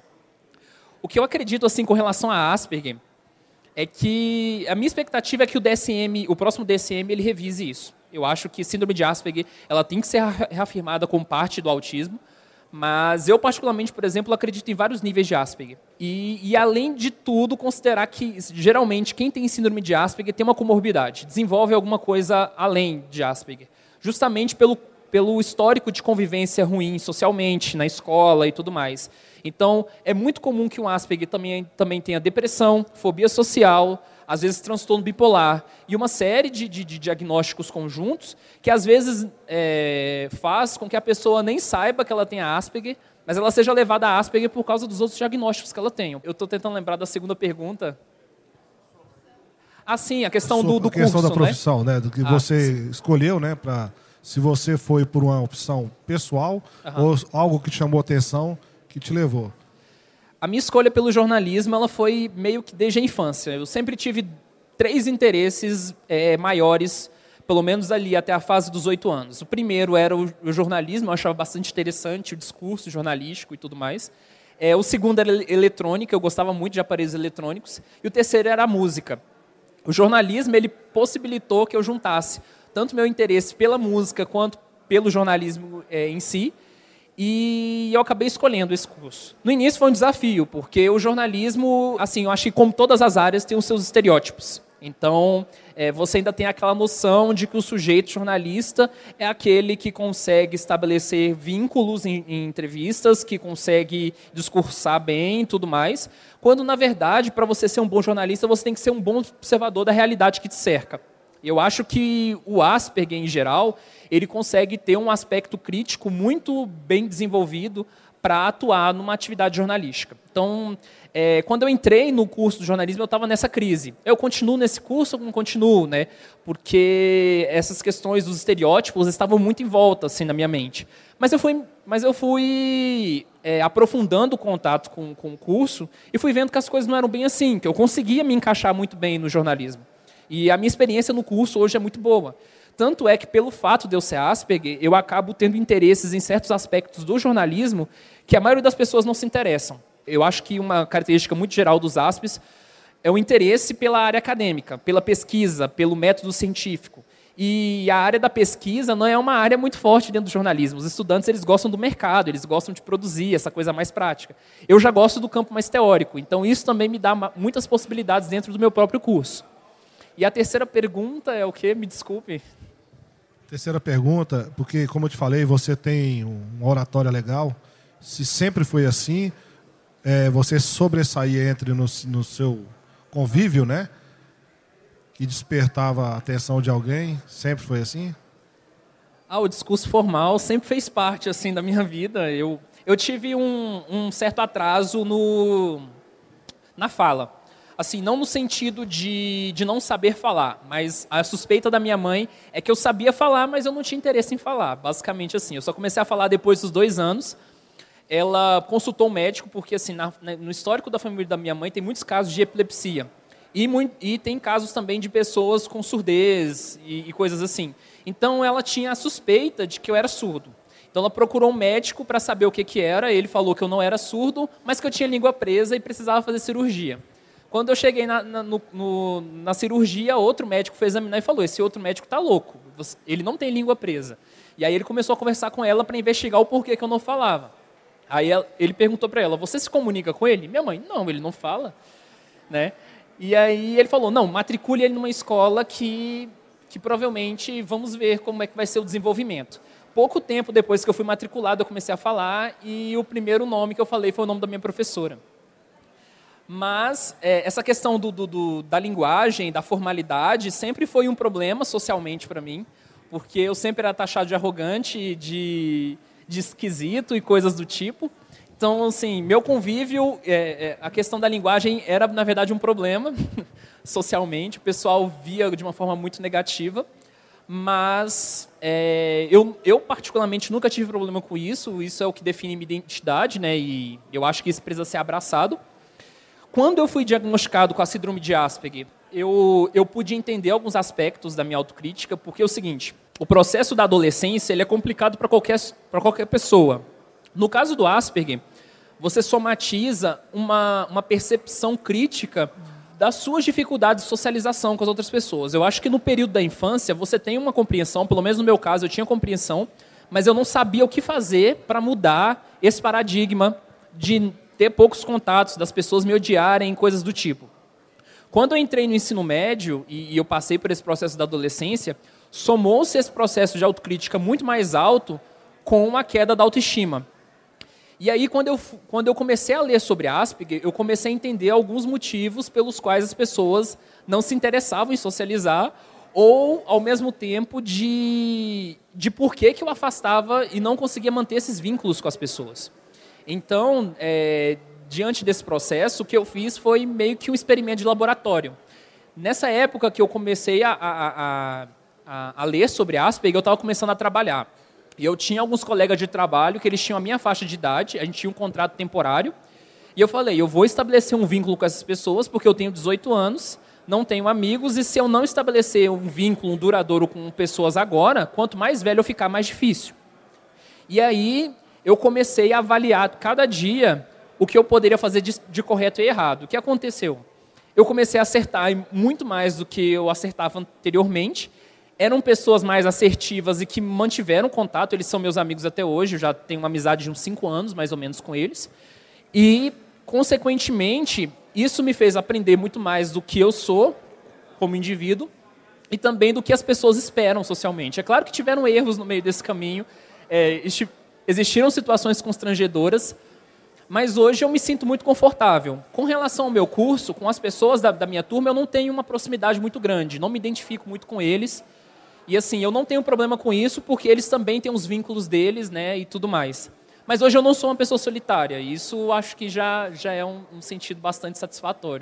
O que eu acredito assim com relação a Asperger é que a minha expectativa é que o D S M, o próximo D S M, ele revise isso. Eu acho que síndrome de Asperger ela tem que ser reafirmada como parte do autismo, mas eu, particularmente, por exemplo, acredito em vários níveis de Asperger. E, e, além de tudo, considerar que, geralmente, quem tem síndrome de Asperger tem uma comorbidade, desenvolve alguma coisa além de Asperger, justamente pelo, pelo histórico de convivência ruim socialmente, na escola e tudo mais. Então, é muito comum que um Asperger também, também tenha depressão, fobia social, às vezes transtorno bipolar, e uma série de, de, de diagnósticos conjuntos que, às vezes, é, faz com que a pessoa nem saiba que ela tem Asperger, mas ela seja levada a Asperger por causa dos outros diagnósticos que ela tem. Eu estou tentando lembrar da segunda pergunta. Ah, sim, a questão a sua, do, do a questão curso, da profissão, né? né? Do que ah, você sim. escolheu, né? Pra, se você foi por uma opção pessoal uhum. ou algo que te chamou a atenção, que te levou. A minha escolha pelo jornalismo ela foi meio que desde a infância. Eu sempre tive três interesses é, maiores, pelo menos ali até a fase dos oito anos. O primeiro era o, o jornalismo, eu achava bastante interessante o discurso jornalístico e tudo mais. É, o segundo era eletrônica, eu gostava muito de aparelhos eletrônicos. E o terceiro era a música. O jornalismo ele possibilitou que eu juntasse tanto meu interesse pela música quanto pelo jornalismo é, em si. E eu acabei escolhendo esse curso. No início foi um desafio, porque o jornalismo, assim, eu acho que como todas as áreas, tem os seus estereótipos. Então, é, você ainda tem aquela noção de que o sujeito jornalista é aquele que consegue estabelecer vínculos em, em entrevistas, que consegue discursar bem e tudo mais, quando, na verdade, para você ser um bom jornalista, você tem que ser um bom observador da realidade que te cerca. Eu acho que o Asperger, em geral, ele consegue ter um aspecto crítico muito bem desenvolvido para atuar numa atividade jornalística. Então, é, quando eu entrei no curso de jornalismo, eu estava nessa crise. Eu continuo nesse curso ou não continuo? Né? Porque essas questões dos estereótipos estavam muito em volta assim, na minha mente. Mas eu fui, mas eu fui é, aprofundando o contato com, com o curso e fui vendo que as coisas não eram bem assim, que eu conseguia me encaixar muito bem no jornalismo. E a minha experiência no curso hoje é muito boa. Tanto é que, pelo fato de eu ser Asperger, eu acabo tendo interesses em certos aspectos do jornalismo que a maioria das pessoas não se interessam. eu acho que uma característica muito geral dos aspes é o interesse pela área acadêmica, pela pesquisa, pelo método científico. E a área da pesquisa não é uma área muito forte dentro do jornalismo. Os estudantes eles gostam do mercado, eles gostam de produzir, essa coisa mais prática. Eu já gosto do campo mais teórico, então isso também me dá muitas possibilidades dentro do meu próprio curso. E a terceira pergunta é o quê? Me desculpe. Terceira pergunta, porque, como eu te falei, você tem uma oratória legal. Se sempre foi assim, é, você sobressair entre no, no seu convívio, né? Que despertava a atenção de alguém, sempre foi assim? Ah, o discurso formal sempre fez parte assim da minha vida. Eu, eu tive um, um certo atraso no, na fala. Assim, não no sentido de, de não saber falar, mas a suspeita da minha mãe é que eu sabia falar, mas eu não tinha interesse em falar. Basicamente assim, eu só comecei a falar depois dos dois anos. Ela consultou um médico, porque assim, na, no histórico da família da minha mãe tem muitos casos de epilepsia. E, muito, e tem casos também de pessoas com surdez e, e coisas assim. Então, ela tinha a suspeita de que eu era surdo. Então, ela procurou um médico para saber o que, que era. Ele falou que eu não era surdo, mas que eu tinha língua presa e precisava fazer cirurgia. Quando eu cheguei na, na, no, no, na cirurgia, outro médico foi examinar e falou, esse outro médico está louco, ele não tem língua presa. E aí ele começou a conversar com ela para investigar o porquê que eu não falava. Aí ele perguntou para ela, você se comunica com ele? Minha mãe, não, ele não fala, né? E aí ele falou, não, matricule ele numa escola que, que provavelmente vamos ver como é que vai ser o desenvolvimento. Pouco tempo depois que eu fui matriculado, eu comecei a falar e o primeiro nome que eu falei foi o nome da minha professora. Mas é, essa questão do, do, do, da linguagem, da formalidade, sempre foi um problema socialmente para mim, porque eu sempre era taxado de arrogante, de, de esquisito e coisas do tipo. Então, assim, meu convívio, é, é, a questão da linguagem era, na verdade, um problema socialmente. O pessoal via de uma forma muito negativa. Mas é, eu, eu, particularmente, nunca tive problema com isso. Isso é o que define minha identidade, né? E eu acho que isso precisa ser abraçado. Quando eu fui diagnosticado com a síndrome de Asperger, eu, eu pude entender alguns aspectos da minha autocrítica, porque é o seguinte, o processo da adolescência ele é complicado para qualquer, para qualquer pessoa. No caso do Asperger, você somatiza uma, uma percepção crítica das suas dificuldades de socialização com as outras pessoas. Eu acho que no período da infância você tem uma compreensão, pelo menos no meu caso eu tinha compreensão, mas eu não sabia o que fazer para mudar esse paradigma de ter poucos contatos, das pessoas me odiarem, coisas do tipo. Quando eu entrei no ensino médio e, e eu passei por esse processo da adolescência, somou-se esse processo de autocrítica muito mais alto com a queda da autoestima. E aí, quando eu, quando eu comecei a ler sobre Asperger, eu comecei a entender alguns motivos pelos quais as pessoas não se interessavam em socializar ou, ao mesmo tempo, de, de por que, que eu afastava e não conseguia manter esses vínculos com as pessoas. Então, é, diante desse processo, o que eu fiz foi meio que um experimento de laboratório. Nessa época que eu comecei a, a, a, a ler sobre Asperger, eu estava começando a trabalhar. E eu tinha alguns colegas de trabalho que eles tinham a minha faixa de idade, a gente tinha um contrato temporário, e eu falei, eu vou estabelecer um vínculo com essas pessoas, porque eu tenho dezoito anos, não tenho amigos, e se eu não estabelecer um vínculo duradouro com pessoas agora, quanto mais velho eu ficar, mais difícil. E aí eu comecei a avaliar cada dia o que eu poderia fazer de, de correto e errado. O que aconteceu? Eu comecei a acertar muito mais do que eu acertava anteriormente. Eram pessoas mais assertivas e que mantiveram contato, eles são meus amigos até hoje, eu já tenho uma amizade de uns cinco anos, mais ou menos, com eles. E, consequentemente, isso me fez aprender muito mais do que eu sou, como indivíduo, e também do que as pessoas esperam socialmente. É claro que tiveram erros no meio desse caminho, é, existiram situações constrangedoras, mas hoje eu me sinto muito confortável. Com relação ao meu curso, com as pessoas da, da minha turma, eu não tenho uma proximidade muito grande, não me identifico muito com eles. E assim, eu não tenho problema com isso, porque eles também têm os vínculos deles, né, e tudo mais. Mas hoje eu não sou uma pessoa solitária, e isso acho que já, já é um, um sentido bastante satisfatório.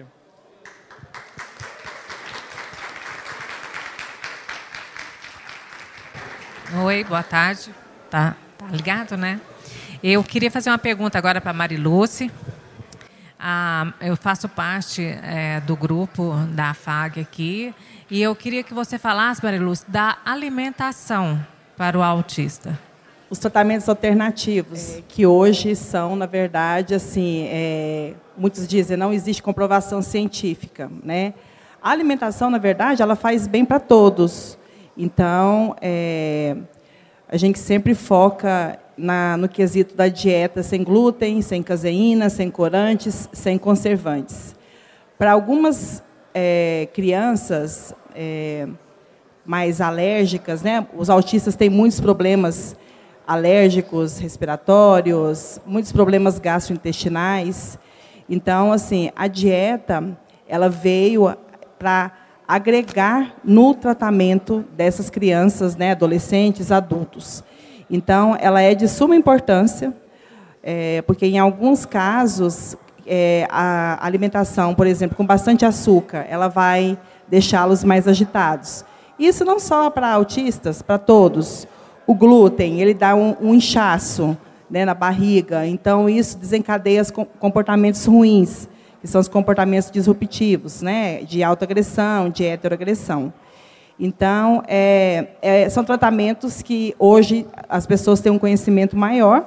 Oi, boa tarde. Tá, tá ligado, né? Eu queria fazer uma pergunta agora para a Mariluce. Ah, eu faço parte é, do grupo da F A G aqui, e eu queria que você falasse, Mariluce, da alimentação para o autista. Os tratamentos alternativos, é, que hoje são, na verdade, assim, é, muitos dizem não existe comprovação científica, né? A alimentação, na verdade, ela faz bem para todos. Então, é, a gente sempre foca na, no quesito da dieta sem glúten, sem caseína, sem corantes, sem conservantes. Para algumas é, crianças é, mais alérgicas, né? Os autistas têm muitos problemas alérgicos, respiratórios, muitos problemas gastrointestinais. Então, assim, a dieta ela veio para agregar no tratamento dessas crianças, né, adolescentes, adultos. Então, ela é de suma importância, é, porque, em alguns casos, é, a alimentação, por exemplo, com bastante açúcar, ela vai deixá-los mais agitados. Isso não só para autistas, para todos. O glúten, ele dá um, um inchaço, né, na barriga, então isso desencadeia os comportamentos ruins, que são os comportamentos disruptivos, né, de autoagressão, de heteroagressão. Então, é, é, são tratamentos que hoje as pessoas têm um conhecimento maior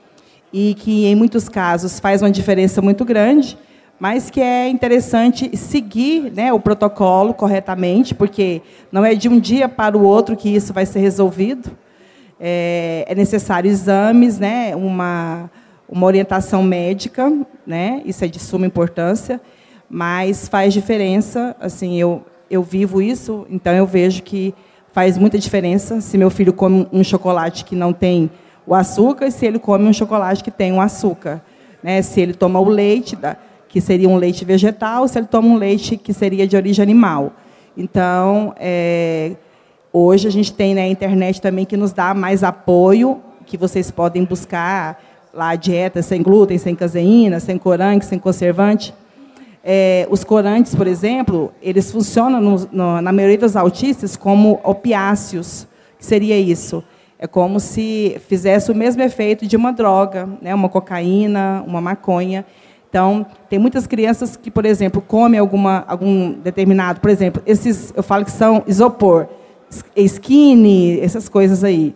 e que, em muitos casos, faz uma diferença muito grande, mas que é interessante seguir, né, o protocolo corretamente, porque não é de um dia para o outro que isso vai ser resolvido. É, é necessário exames, né, uma, uma orientação médica, né, isso é de suma importância, mas faz diferença. Assim, eu, eu vivo isso, então eu vejo que faz muita diferença se meu filho come um chocolate que não tem o açúcar e se ele come um chocolate que tem o açúcar, né, se ele toma o leite, da, que seria um leite vegetal, se ele toma um leite que seria de origem animal. Então, é, hoje a gente tem na internet também que nos dá mais apoio, que vocês podem buscar lá dieta sem glúten, sem caseína, sem corante, sem conservante. É, os corantes, por exemplo, eles funcionam no, no, na maioria dos autistas como opiáceos. O que seria isso? É como se fizesse o mesmo efeito de uma droga, né? Uma cocaína, uma maconha. Então, tem muitas crianças que, por exemplo, comem alguma, algum determinado, por exemplo, esses, eu falo que são isopor, skinny, essas coisas aí.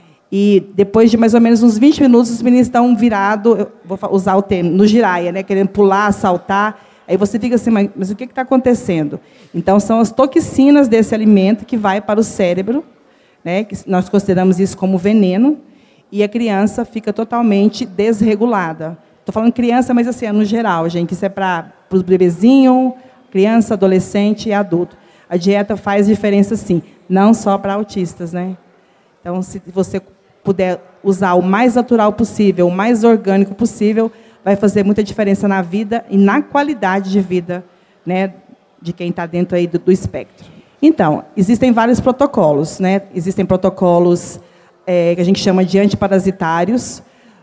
E depois de mais ou menos uns vinte minutos, os meninos estão virados, eu vou usar o termo, no giraia, né, querendo pular, saltar. Aí você fica assim, mas, mas o que está acontecendo? Então, são as toxinas desse alimento que vai para o cérebro, né, que nós consideramos isso como veneno, e a criança fica totalmente desregulada. Estou falando criança, mas assim, é no geral, gente. Isso é para os bebezinhos, criança, adolescente e adulto. A dieta faz diferença, sim, não só para autistas, né? Então, se você puder usar o mais natural possível, o mais orgânico possível, vai fazer muita diferença na vida e na qualidade de vida, né, de quem está dentro aí do, do espectro. Então, existem vários protocolos, né? Existem protocolos é, que a gente chama de antiparasitários,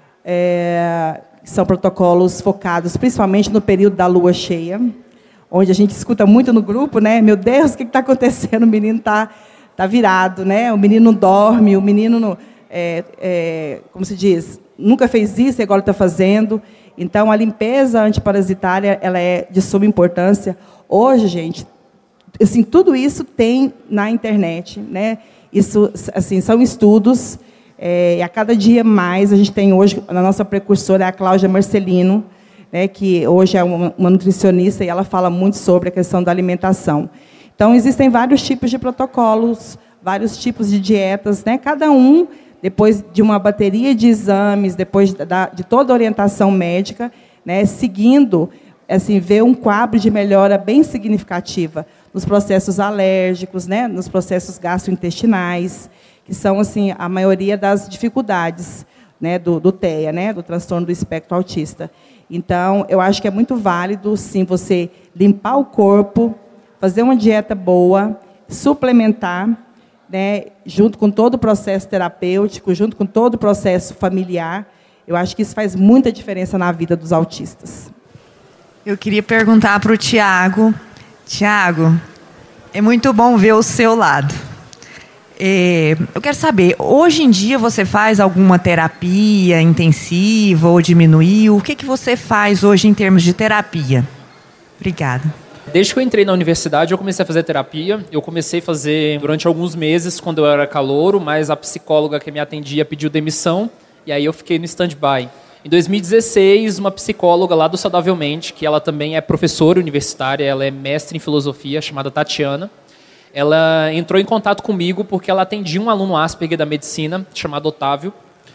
é, são protocolos focados principalmente no período da lua cheia, onde a gente escuta muito no grupo, né? Meu Deus, o que está acontecendo? O menino está tá virado, né? O menino não dorme, o menino, não, é, é, como se diz, nunca fez isso e agora está fazendo. Então, a limpeza antiparasitária ela é de suma importância. Hoje, gente, assim, tudo isso tem na internet, né? Isso, assim, são estudos. É, e a cada dia mais, a gente tem hoje, a nossa precursora é a Cláudia Marcelino, né, que hoje é uma, uma nutricionista, e ela fala muito sobre a questão da alimentação. Então, existem vários tipos de protocolos, vários tipos de dietas, né, cada um, depois de uma bateria de exames, depois da, de toda a orientação médica, né, seguindo, assim, ver um quadro de melhora bem significativa nos processos alérgicos, né, nos processos gastrointestinais, que são, assim, a maioria das dificuldades, né, do, do T E A, né, do transtorno do espectro autista. Então, eu acho que é muito válido, sim, você limpar o corpo, fazer uma dieta boa, suplementar, né, junto com todo o processo terapêutico, junto com todo o processo familiar. Eu acho que isso faz muita diferença na vida dos autistas. Eu queria perguntar para o Tiago. Tiago, é muito bom ver o seu lado. É, eu quero saber, hoje em dia você faz alguma terapia intensiva ou diminuiu? O que, que você faz hoje em termos de terapia? Obrigada. Desde que eu entrei na universidade, eu comecei a fazer terapia. Eu comecei a fazer durante alguns meses, quando eu era calouro, mas a psicóloga que me atendia pediu demissão, e aí eu fiquei no stand-by. Em dois mil e dezesseis, uma psicóloga lá do Saudavelmente, que ela também é professora universitária, ela é mestre em filosofia, chamada Tatiana, ela entrou em contato comigo porque ela atendia um aluno Asperger da medicina, chamado Otávio,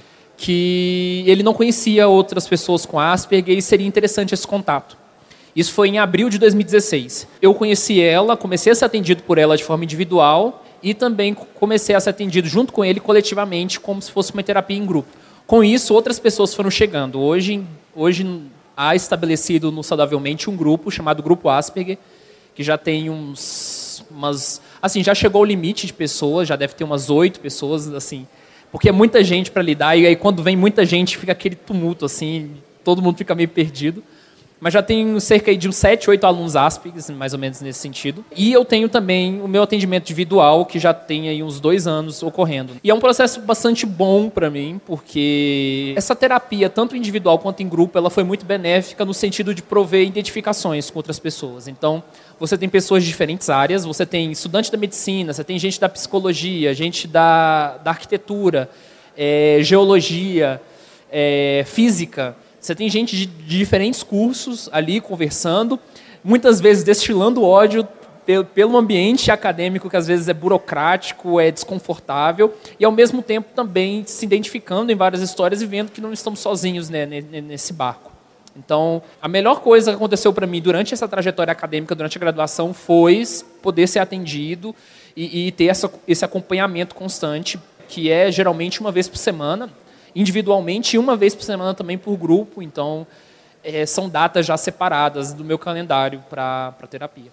que ele não conhecia outras pessoas com Asperger e seria interessante esse contato. Isso foi em abril de dois mil e dezesseis. Eu conheci ela, comecei a ser atendido por ela de forma individual e também comecei a ser atendido junto com ele coletivamente, como se fosse uma terapia em grupo. Com isso, outras pessoas foram chegando. Hoje, hoje há estabelecido no Saudavelmente um grupo chamado Grupo Asperger, que já tem uns, umas, assim, já chegou ao limite de pessoas, já deve ter umas oito pessoas, assim, porque é muita gente para lidar e aí quando vem muita gente fica aquele tumulto, assim, todo mundo fica meio perdido. Mas já tenho cerca de uns sete, oito alunos Asperger, mais ou menos nesse sentido. E eu tenho também o meu atendimento individual, que já tem aí uns dois anos ocorrendo. E é um processo bastante bom para mim, porque essa terapia, tanto individual quanto em grupo, ela foi muito benéfica no sentido de prover identificações com outras pessoas. Então, você tem pessoas de diferentes áreas, você tem estudante da medicina, você tem gente da psicologia, gente da, da arquitetura, é, geologia, é, física. Você tem gente de, de diferentes cursos ali conversando, muitas vezes destilando ódio pelo, pelo ambiente acadêmico, que às vezes é burocrático, é desconfortável, e ao mesmo tempo também se identificando em várias histórias e vendo que não estamos sozinhos, né, nesse barco. Então, a melhor coisa que aconteceu para mim durante essa trajetória acadêmica, durante a graduação, foi poder ser atendido e, e ter essa, esse acompanhamento constante, que é geralmente uma vez por semana, individualmente e uma vez por semana também por grupo. Então, é, são datas já separadas do meu calendário para a terapia.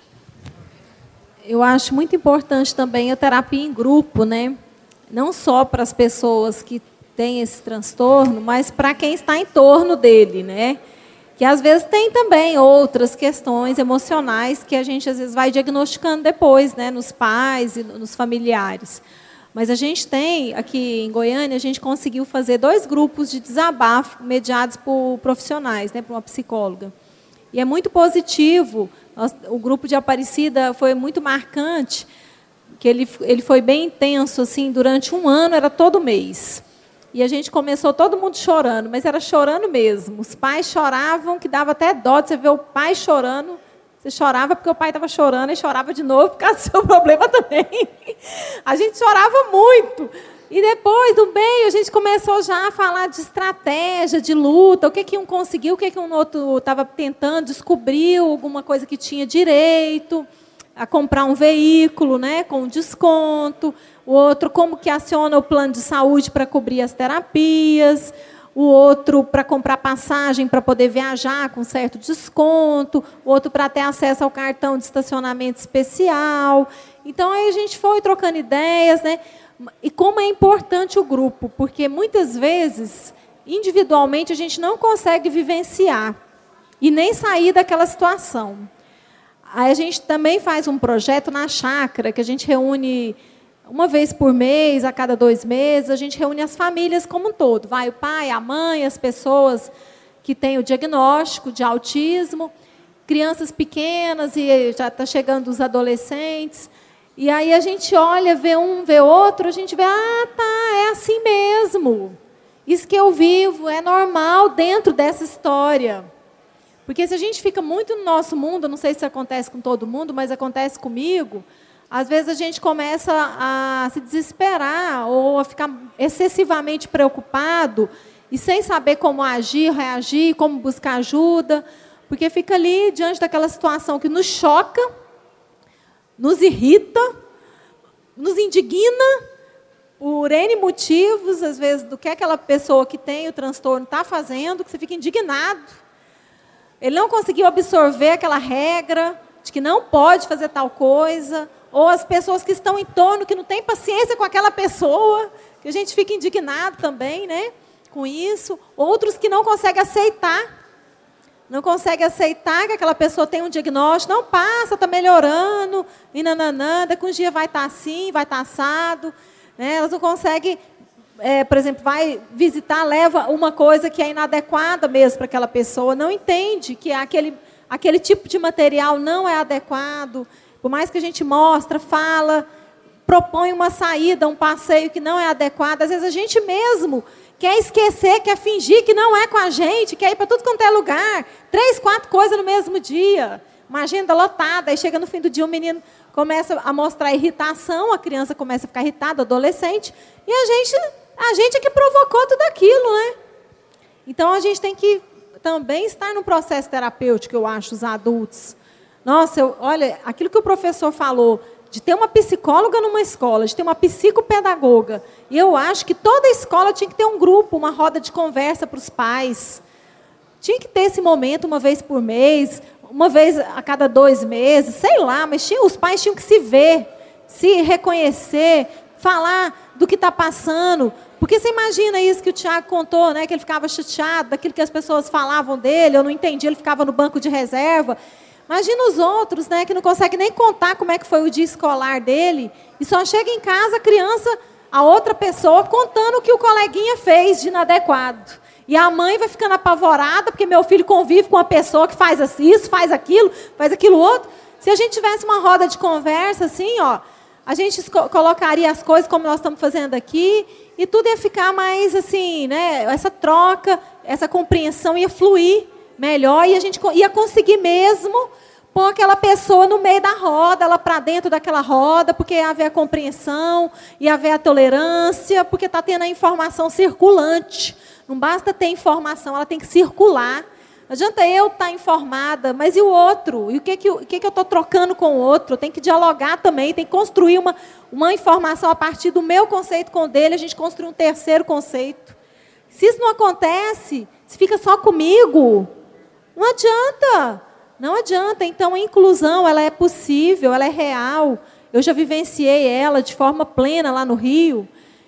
Eu acho muito importante também a terapia em grupo, né? Não só para as pessoas que têm esse transtorno, mas para quem está em torno dele, né? Que às vezes tem também outras questões emocionais que a gente às vezes vai diagnosticando depois, né? Nos pais e nos familiares. Mas a gente tem, aqui em Goiânia, a gente conseguiu fazer dois grupos de desabafo mediados por profissionais, né, por uma psicóloga. E é muito positivo. O grupo de Aparecida foi muito marcante, que ele, ele foi bem intenso, assim, durante um ano, era todo mês. E a gente começou todo mundo chorando, mas era chorando mesmo. Os pais choravam, que dava até dó de você ver o pai chorando. Você chorava porque o pai estava chorando e chorava de novo por causa do seu problema também. A gente chorava muito. E depois, do meio, a gente começou já a falar de estratégia, de luta, o que, que um conseguiu, o que, que um outro estava tentando, descobriu alguma coisa que tinha direito a comprar um veículo, né, com desconto, o outro como que aciona o plano de saúde para cobrir as terapias, o outro para comprar passagem para poder viajar com certo desconto, o outro para ter acesso ao cartão de estacionamento especial. Então, aí a gente foi trocando ideias, né? E como é importante o grupo, porque muitas vezes, individualmente, a gente não consegue vivenciar e nem sair daquela situação. Aí a gente também faz um projeto na chácara, que a gente reúne uma vez por mês, a cada dois meses, a gente reúne as famílias como um todo. Vai o pai, a mãe, as pessoas que têm o diagnóstico de autismo, crianças pequenas, e já está chegando os adolescentes. E aí a gente olha, vê um, vê outro, a gente vê, ah, tá, é assim mesmo. Isso que eu vivo é normal dentro dessa história. Porque se a gente fica muito no nosso mundo, não sei se isso acontece com todo mundo, mas acontece comigo, às vezes a gente começa a se desesperar ou a ficar excessivamente preocupado e sem saber como agir, reagir, como buscar ajuda, porque fica ali diante daquela situação que nos choca, nos irrita, nos indigna por N motivos, às vezes, do que aquela pessoa que tem o transtorno está fazendo, que você fica indignado. Ele não conseguiu absorver aquela regra de que não pode fazer tal coisa, ou as pessoas que estão em torno, que não têm paciência com aquela pessoa, que a gente fica indignado também, né, com isso. Outros que não conseguem aceitar, não conseguem aceitar que aquela pessoa tem um diagnóstico, não passa, está melhorando, e nananã, daqui um dia vai estar assim, vai estar assado. Né, elas não conseguem, é, por exemplo, vai visitar, leva uma coisa que é inadequada mesmo para aquela pessoa, não entende que aquele... aquele tipo de material não é adequado, por mais que a gente mostra, fala, propõe uma saída, um passeio que não é adequado, às vezes a gente mesmo quer esquecer, quer fingir que não é com a gente, quer ir para tudo quanto é lugar, três, quatro coisas no mesmo dia, uma agenda lotada, aí chega no fim do dia o menino começa a mostrar irritação, a criança começa a ficar irritada, adolescente, e a gente, a gente é que provocou tudo aquilo, né? Então a gente tem que também estar no processo terapêutico, eu acho, os adultos. Nossa, eu, olha, aquilo que o professor falou, de ter uma psicóloga numa escola, de ter uma psicopedagoga, e eu acho que toda escola tinha que ter um grupo, uma roda de conversa para os pais. Tinha que ter esse momento uma vez por mês, uma vez a cada dois meses, sei lá, mas tinha, os pais tinham que se ver, se reconhecer, falar do que está passando. Porque você imagina isso que o Tiago contou, né, que ele ficava chateado daquilo que as pessoas falavam dele, eu não entendi, ele ficava no banco de reserva. Imagina os outros, né, que não conseguem nem contar como é que foi o dia escolar dele, e só chega em casa a criança, a outra pessoa, contando o que o coleguinha fez de inadequado. E a mãe vai ficando apavorada, porque meu filho convive com uma pessoa que faz isso, faz aquilo, faz aquilo outro. Se a gente tivesse uma roda de conversa assim, ó, a gente colocaria as coisas como nós estamos fazendo aqui, e tudo ia ficar mais assim, né, essa troca, essa compreensão ia fluir melhor, e a gente ia conseguir mesmo pôr aquela pessoa no meio da roda, ela para dentro daquela roda, porque ia haver a compreensão, ia haver a tolerância, porque está tendo a informação circulante. Não basta ter informação, ela tem que circular. Não adianta eu estar informada, mas e o outro? E o que, que, o que, que eu estou trocando com o outro? Tem que dialogar também, tem que construir uma, uma informação a partir do meu conceito com o dele, a gente construir um terceiro conceito. Se isso não acontece, se fica só comigo, não adianta. Não adianta. Então, a inclusão, ela é possível, ela é real. Eu já vivenciei ela de forma plena lá no Rio.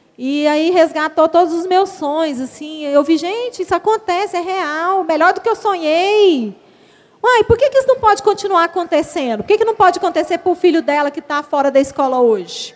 E aí resgatou todos os meus sonhos. Assim, eu vi, gente, isso acontece, é real, melhor do que eu sonhei. Uai, por que, que isso não pode continuar acontecendo? Por que, que não pode acontecer para o filho dela que está fora da escola hoje?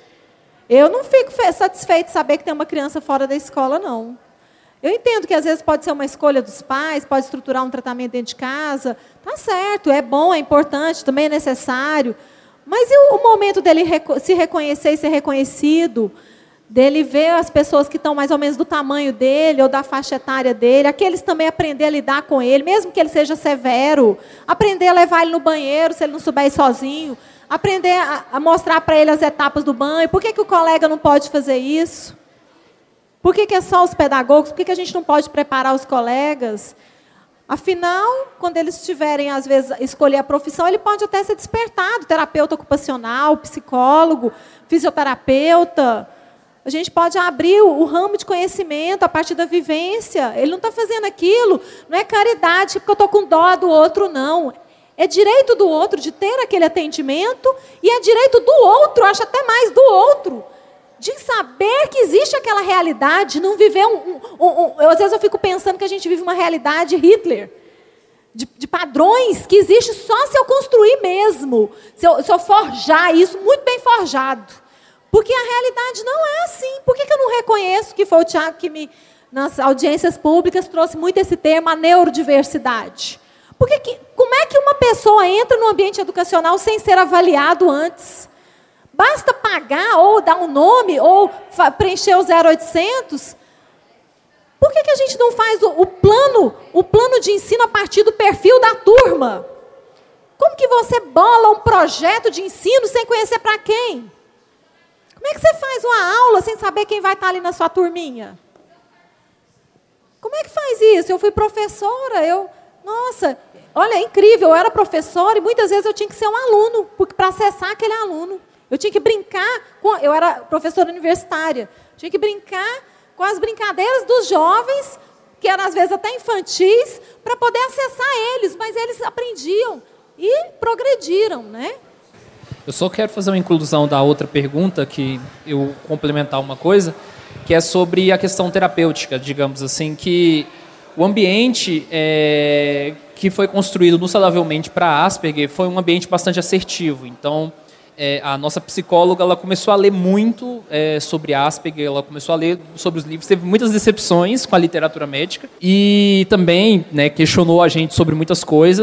Eu não fico satisfeita de saber que tem uma criança fora da escola, não. Eu entendo que às vezes pode ser uma escolha dos pais, pode estruturar um tratamento dentro de casa. Tá certo, é bom, é importante, também é necessário. Mas e o, o momento dele reco- se reconhecer e ser reconhecido? Dele ver as pessoas que estão mais ou menos do tamanho dele ou da faixa etária dele, aqueles também aprender a lidar com ele, mesmo que ele seja severo, aprender a levar ele no banheiro se ele não souber ir sozinho, aprender a, a mostrar para ele as etapas do banho. Por que, que o colega não pode fazer isso? Por que, que é só os pedagogos? Por que, que a gente não pode preparar os colegas? Afinal, quando eles tiverem, às vezes, escolher a profissão, ele pode até ser despertado, terapeuta ocupacional, psicólogo, fisioterapeuta. A gente pode abrir o, o ramo de conhecimento a partir da vivência. Ele não está fazendo aquilo, não é caridade, porque eu estou com dó do outro, não. É direito do outro de ter aquele atendimento e é direito do outro, acho até mais do outro, de saber que existe aquela realidade, não viver um... um, um, um eu, às vezes eu fico pensando que a gente vive uma realidade Hitler, de, de padrões que existe só se eu construir mesmo, se eu, se eu forjar isso, muito bem forjado. Porque a realidade não é assim. Por que, que eu não reconheço que foi o Tiago que, me, nas audiências públicas, trouxe muito esse termo, a neurodiversidade? Porque que, como é que uma pessoa entra no ambiente educacional sem ser avaliado antes? Basta pagar, ou dar um nome, ou preencher o zero oitocentos. Por que, que a gente não faz o, o, plano, o plano de ensino a partir do perfil da turma? Como que você bola um projeto de ensino sem conhecer para quem? Como é que você faz uma aula sem saber quem vai estar ali na sua turminha? Como é que faz isso? Eu fui professora, eu... Nossa, olha, é incrível, eu era professora e muitas vezes eu tinha que ser um aluno, para acessar aquele aluno. Eu tinha que brincar, com, eu era professora universitária, tinha que brincar com as brincadeiras dos jovens, que eram às vezes até infantis, para poder acessar eles, mas eles aprendiam e progrediram, né? Eu só quero fazer uma inclusão da outra pergunta, que eu complementar uma coisa, que é sobre a questão terapêutica, digamos assim, que o ambiente é, que foi construído no Saudavelmente para Asperger foi um ambiente bastante assertivo. Então, é, a nossa psicóloga ela começou a ler muito é, sobre Asperger, ela começou a ler sobre os livros, teve muitas decepções com a literatura médica e também, né, questionou a gente sobre muitas coisas.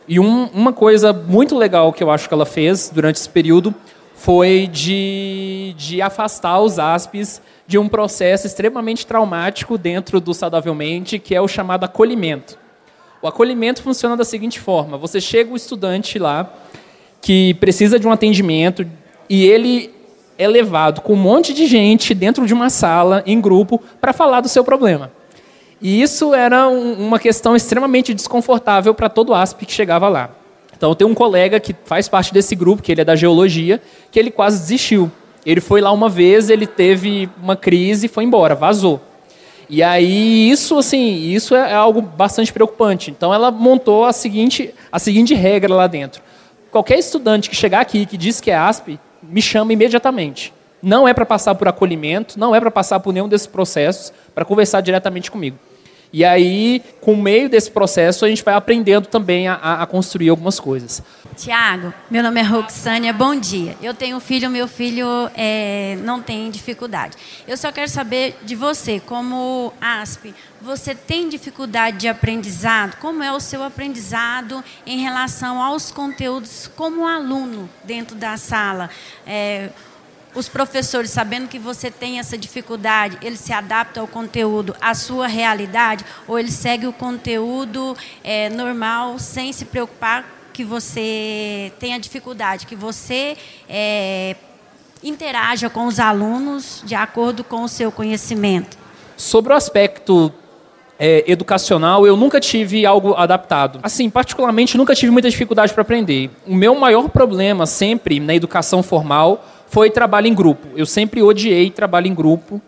E um, uma coisa muito legal que eu acho que ela fez durante esse período foi de, de afastar os aspes de um processo extremamente traumático dentro do Saudavelmente, que é o chamado acolhimento. O acolhimento funciona da seguinte forma: você chega o estudante lá, que precisa de um atendimento, e ele é levado com um monte de gente dentro de uma sala, em grupo, para falar do seu problema. E isso era um, uma questão extremamente desconfortável para todo aspe que chegava lá. Então, eu tenho um colega que faz parte desse grupo, que ele é da geologia, que ele quase desistiu. Ele foi lá uma vez, ele teve uma crise e foi embora, vazou. E aí, isso, assim, isso é algo bastante preocupante. Então, ela montou a seguinte, a seguinte regra lá dentro. Qualquer estudante que chegar aqui que diz que é aspe, me chama imediatamente. Não é para passar por acolhimento, não é para passar por nenhum desses processos, para conversar diretamente comigo. E aí, com o meio desse processo, a gente vai aprendendo também a, a construir algumas coisas. Tiago, meu nome é Roxânia, bom dia. Eu tenho um filho, meu filho é, não tem dificuldade. Eu só quero saber de você, como aspe, você tem dificuldade de aprendizado? Como é o seu aprendizado em relação aos conteúdos como aluno dentro da sala? É, os professores, sabendo que você tem essa dificuldade, eles se adaptam ao conteúdo, à sua realidade, ou eles seguem o conteúdo é, normal, sem se preocupar que você tenha dificuldade, que você é, interaja com os alunos de acordo com o seu conhecimento? Sobre o aspecto é, educacional, eu nunca tive algo adaptado. Assim, particularmente, nunca tive muita dificuldade para aprender. O meu maior problema sempre na educação formal foi trabalho em grupo. Eu sempre odiei trabalho em grupo,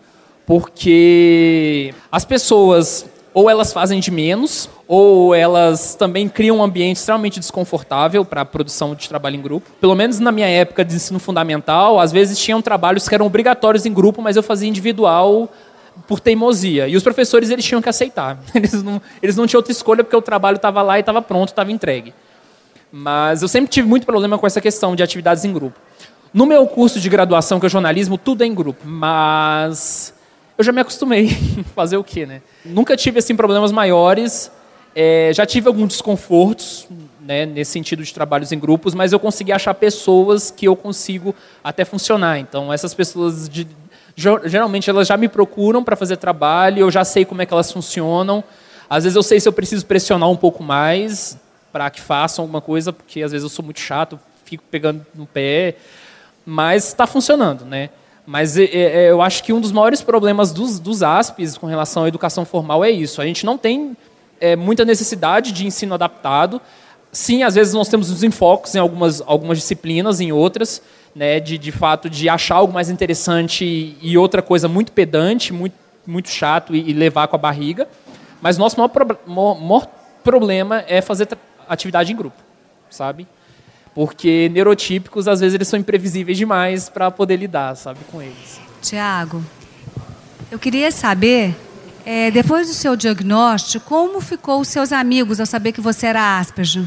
porque as pessoas, ou elas fazem de menos, ou elas também criam um ambiente extremamente desconfortável para a produção de trabalho em grupo. Pelo menos na minha época de ensino fundamental, às vezes tinham trabalhos que eram obrigatórios em grupo, mas eu fazia individual por teimosia. E os professores, eles tinham que aceitar. Eles não, eles não tinham outra escolha, porque o trabalho estava lá e estava pronto, estava entregue. Mas eu sempre tive muito problema com essa questão de atividades em grupo. No meu curso de graduação, que é jornalismo, tudo é em grupo, mas eu já me acostumei. Fazer o quê, né? Nunca tive assim, problemas maiores, é, já tive alguns desconfortos, né, nesse sentido de trabalhos em grupos, mas eu consegui achar pessoas que eu consigo até funcionar. Então, essas pessoas, de, geralmente, elas já me procuram para fazer trabalho, eu já sei como é que elas funcionam. Às vezes eu sei se eu preciso pressionar um pouco mais para que façam alguma coisa, porque às vezes eu sou muito chato, fico pegando no pé. Mas está funcionando, né? Mas é, é, eu acho que um dos maiores problemas dos, dos aspes com relação à educação formal é isso. A gente não tem é, muita necessidade de ensino adaptado. Sim, às vezes nós temos os enfocos em algumas, algumas disciplinas, em outras, né? De, de fato, de achar algo mais interessante e, e outra coisa muito pedante, muito, muito chato e, e levar com a barriga. Mas nosso maior, pro, maior, maior problema é fazer atividade em grupo, sabe? Porque neurotípicos, às vezes, eles são imprevisíveis demais para poder lidar, sabe, com eles. Tiago, eu queria saber, é, depois do seu diagnóstico, como ficou os seus amigos ao saber que você era Asperger?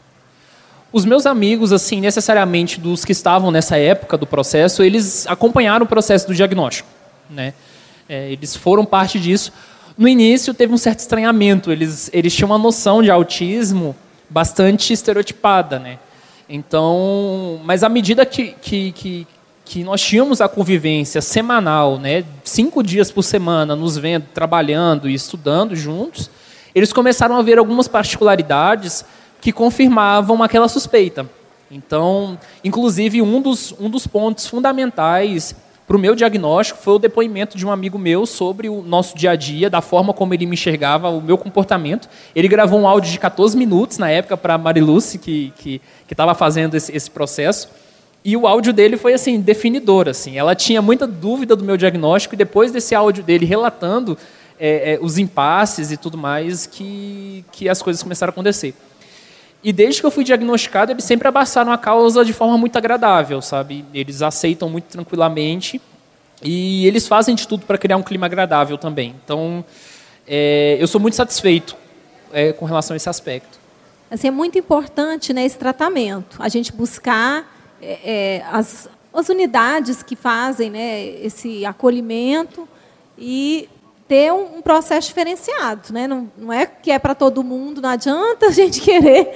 Os meus amigos, assim, necessariamente dos que estavam nessa época do processo, eles acompanharam o processo do diagnóstico, né? É, eles foram parte disso. No início, teve um certo estranhamento. Eles, eles tinham uma noção de autismo bastante estereotipada, né? Então, mas à medida que, que, que, que nós tínhamos a convivência semanal, né, cinco dias por semana, nos vendo, trabalhando e estudando juntos, eles começaram a ver algumas particularidades que confirmavam aquela suspeita. Então, inclusive, um dos, um dos pontos fundamentais para o meu diagnóstico foi o depoimento de um amigo meu sobre o nosso dia a dia, da forma como ele me enxergava, o meu comportamento. Ele gravou um áudio de quatorze minutos, na época, para a Mariluce, que que estava fazendo esse, esse processo. E o áudio dele foi assim, definidor. Assim. Ela tinha muita dúvida do meu diagnóstico, e depois desse áudio dele relatando é, é, os impasses e tudo mais, que, que as coisas começaram a acontecer. E desde que eu fui diagnosticado, eles sempre abraçaram a causa de forma muito agradável, sabe? Eles aceitam muito tranquilamente e eles fazem de tudo para criar um clima agradável também. Então, é, eu sou muito satisfeito é, com relação a esse aspecto. Assim, é muito importante, né, esse tratamento. A gente buscar é, é, as, as unidades que fazem, né, esse acolhimento e ter um, um processo diferenciado, né? Não, não é que é para todo mundo, não adianta a gente querer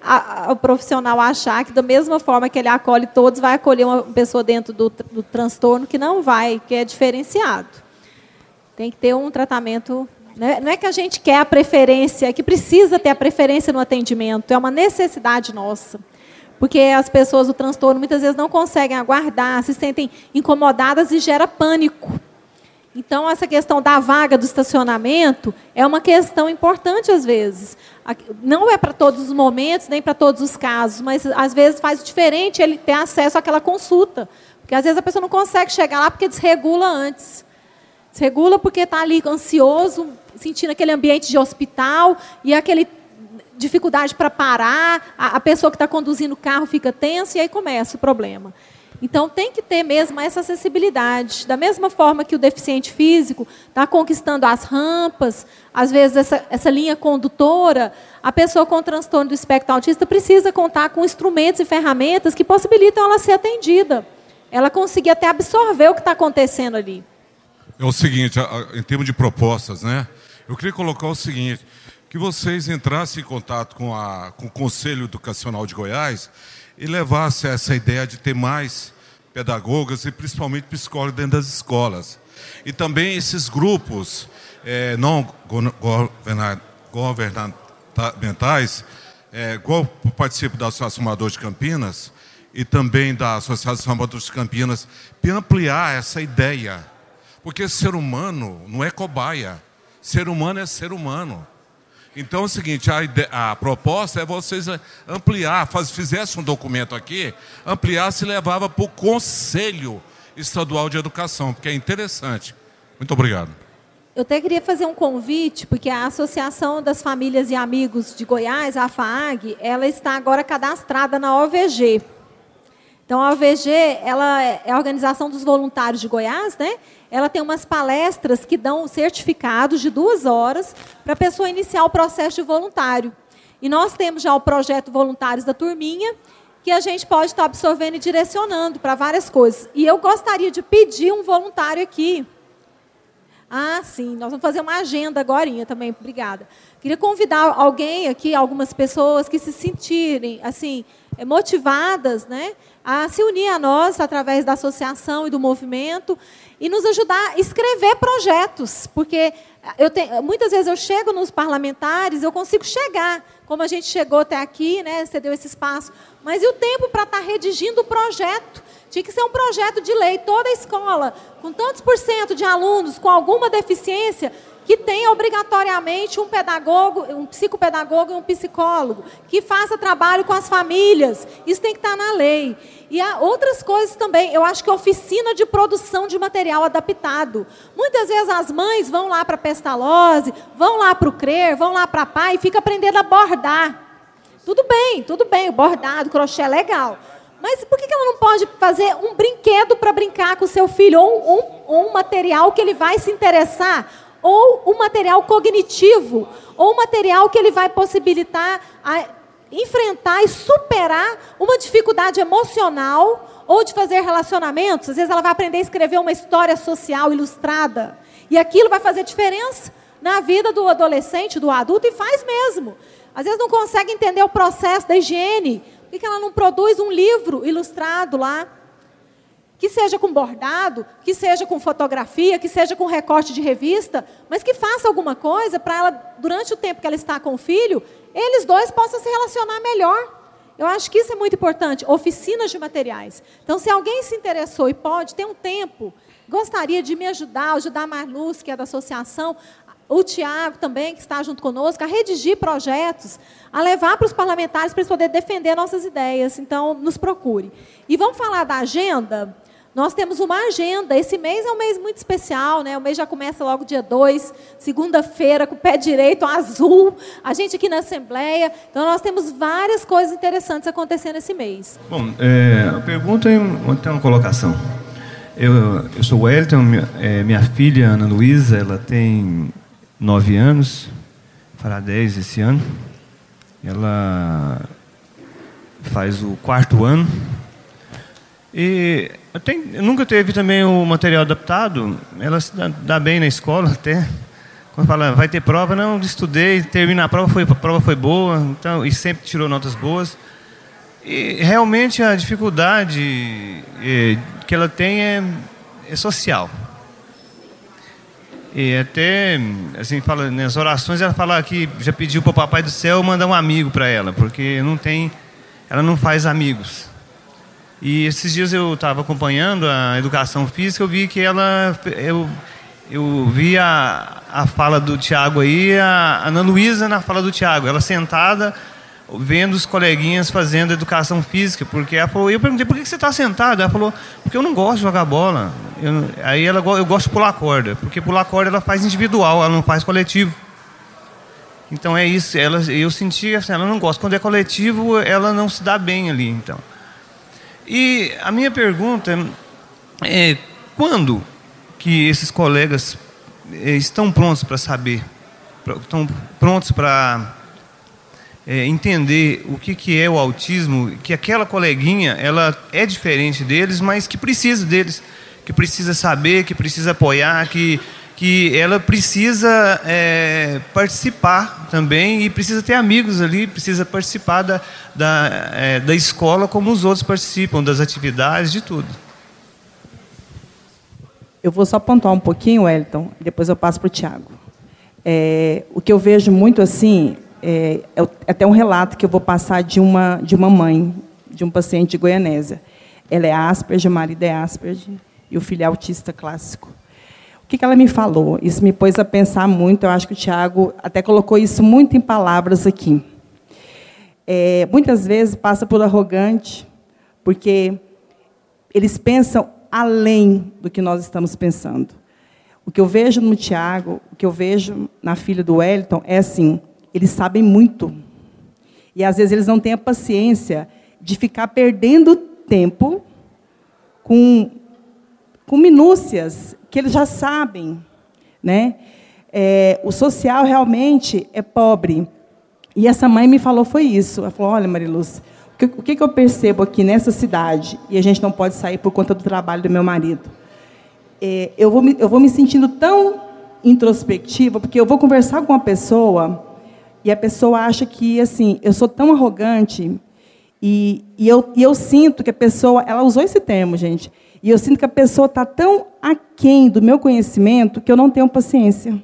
a, a, o profissional achar que, da mesma forma que ele acolhe todos, vai acolher uma pessoa dentro do, do transtorno que não vai, que é diferenciado. Tem que ter um tratamento... Né? Não é que a gente quer a preferência, é que precisa ter a preferência no atendimento, é uma necessidade nossa. Porque as pessoas do transtorno muitas vezes não conseguem aguardar, se sentem incomodadas e gera pânico. Então, essa questão da vaga do estacionamento é uma questão importante às vezes. Não é para todos os momentos, nem para todos os casos, mas às vezes faz diferente ele ter acesso àquela consulta. Porque às vezes a pessoa não consegue chegar lá porque desregula antes. Desregula porque está ali ansioso, sentindo aquele ambiente de hospital e aquele dificuldade para parar, a, a pessoa que está conduzindo o carro fica tensa e aí começa o problema. Então, tem que ter mesmo essa acessibilidade. Da mesma forma que o deficiente físico está conquistando as rampas, às vezes essa, essa linha condutora, a pessoa com transtorno do espectro autista precisa contar com instrumentos e ferramentas que possibilitam ela ser atendida. Ela conseguir até absorver o que está acontecendo ali. É o seguinte, em termos de propostas, né? Eu queria colocar o seguinte, que vocês entrassem em contato com, a, com o Conselho Educacional de Goiás e levassem essa ideia de ter mais pedagogas e principalmente psicólogos dentro das escolas. E também esses grupos é, não governamentais, é, igual participo da Associação Amador de Campinas e também da Associação Amador de Campinas, para ampliar essa ideia. Porque ser humano não é cobaia. Ser humano é ser humano. Então é o seguinte, a, ideia, a proposta é vocês ampliar, faz, fizesse um documento aqui, ampliasse e levava para o Conselho Estadual de Educação, porque é interessante. Muito obrigado. Eu até queria fazer um convite, porque a Associação das Famílias e Amigos de Goiás, a AFAAG, ela está agora cadastrada na O V G. Então, a O V G ela é a Organização dos Voluntários de Goiás, né? Ela tem umas palestras que dão certificados de duas horas para a pessoa iniciar o processo de voluntário. E nós temos já o projeto Voluntários da Turminha, que a gente pode estar absorvendo e direcionando para várias coisas. E eu gostaria de pedir um voluntário aqui. Ah, sim, nós vamos fazer uma agenda agorinha também, obrigada. Queria convidar alguém aqui, algumas pessoas que se sentirem assim, motivadas, né, a se unir a nós através da associação e do movimento e nos ajudar a escrever projetos, porque eu tenho, muitas vezes eu chego nos parlamentares, eu consigo chegar, como a gente chegou até aqui, né, você deu esse espaço, mas e o tempo para estar redigindo o projeto? Tinha que ser um projeto de lei, toda a escola, com tantos por cento de alunos com alguma deficiência, que tenha obrigatoriamente um pedagogo, um psicopedagogo e um psicólogo, que faça trabalho com as famílias. Isso tem que estar na lei. E há outras coisas também. Eu acho que oficina de produção de material adaptado. Muitas vezes as mães vão lá para a Pestalozzi, vão lá para o CRER, vão lá para a P A e ficam aprendendo a bordar. Tudo bem, tudo bem, o bordado, o crochê é legal. Mas por que ela não pode fazer um brinquedo para brincar com o seu filho? Ou um, um, um material que ele vai se interessar? Ou um material cognitivo? Ou um material que ele vai possibilitar a enfrentar e superar uma dificuldade emocional ou de fazer relacionamentos? Às vezes ela vai aprender a escrever uma história social ilustrada. E aquilo vai fazer diferença na vida do adolescente, do adulto, e faz mesmo. Às vezes não consegue entender o processo da higiene. Por que ela não produz um livro ilustrado lá? Que seja com bordado, que seja com fotografia, que seja com recorte de revista, mas que faça alguma coisa para ela, durante o tempo que ela está com o filho, eles dois possam se relacionar melhor. Eu acho que isso é muito importante. Oficinas de materiais. Então, se alguém se interessou e pode, tem um tempo, gostaria de me ajudar, ajudar a Marluz, que é da associação, o Tiago também, que está junto conosco, a redigir projetos, a levar para os parlamentares para eles poderem defender nossas ideias. Então, nos procure. E vamos falar da agenda. Nós temos uma agenda. Esse mês é um mês muito especial, né? O mês já começa logo dia dois, segunda-feira, com o pé direito azul. A gente aqui na Assembleia. Então, nós temos várias coisas interessantes acontecendo esse mês. Bom, é, a pergunta é tem uma colocação. Eu, eu sou o Elton, minha, é, minha filha, Ana Luísa, ela tem nove anos, fará dez esse ano. Ela faz o quarto ano. E tem, nunca teve também o material adaptado. Ela se dá, dá bem na escola até, Quando fala, vai ter prova, não, estudei, termina a prova, foi, a prova foi boa, então, e sempre tirou notas boas. E realmente a dificuldade é, que ela tem é, é social. E até, assim, fala, nas orações ela fala que já pediu para o Papai do Céu mandar um amigo para ela, porque não tem, ela não faz amigos. E esses dias eu estava acompanhando a educação física, eu vi que ela, eu, eu vi a, a fala do Tiago aí, a Ana Luísa na fala do Tiago, ela sentada, vendo os coleguinhas fazendo educação física, porque ela falou, eu perguntei, por que você está sentada? Ela falou, porque eu não gosto de jogar bola. Eu, aí ela, eu gosto de pular corda, porque pular corda ela faz individual, ela não faz coletivo. Então é isso, ela, eu senti assim, ela não gosta. Quando é coletivo, ela não se dá bem ali, então. E a minha pergunta é, quando que esses colegas estão prontos para saber, estão prontos para é, entender o que, que é o autismo, que aquela coleguinha ela é diferente deles, mas que precisa deles, que precisa saber, que precisa apoiar, que, que ela precisa é, participar também e precisa ter amigos ali, precisa participar da, da, é, da escola como os outros participam, das atividades, de tudo. Eu vou só pontuar um pouquinho, Wellington, depois eu passo para o Tiago. É, o que eu vejo muito assim, é, é até um relato que eu vou passar de uma, de uma mãe, de um paciente de Goianésia. Ela é Asperger, o marido é Asperger, e o filho é autista clássico. O que, que ela me falou? Isso me pôs a pensar muito, eu acho que o Tiago até colocou isso muito em palavras aqui. É, muitas vezes passa por arrogante, porque eles pensam além do que nós estamos pensando. O que eu vejo no Tiago, o que eu vejo na filha do Wellington, é assim, eles sabem muito. E, às vezes, eles não têm a paciência de ficar perdendo tempo com, com minúcias que eles já sabem. Né? É, o social, realmente, é pobre. E essa mãe me falou foi isso. Ela falou, olha, Mariluz, o que, o que eu percebo aqui nessa cidade, e a gente não pode sair por conta do trabalho do meu marido, é, eu, vou me, eu vou me sentindo tão introspectiva, porque eu vou conversar com uma pessoa, e a pessoa acha que, assim, eu sou tão arrogante, e, e, eu, e eu sinto que a pessoa, ela usou esse termo, gente, e eu sinto que a pessoa está tão aquém do meu conhecimento que eu não tenho paciência.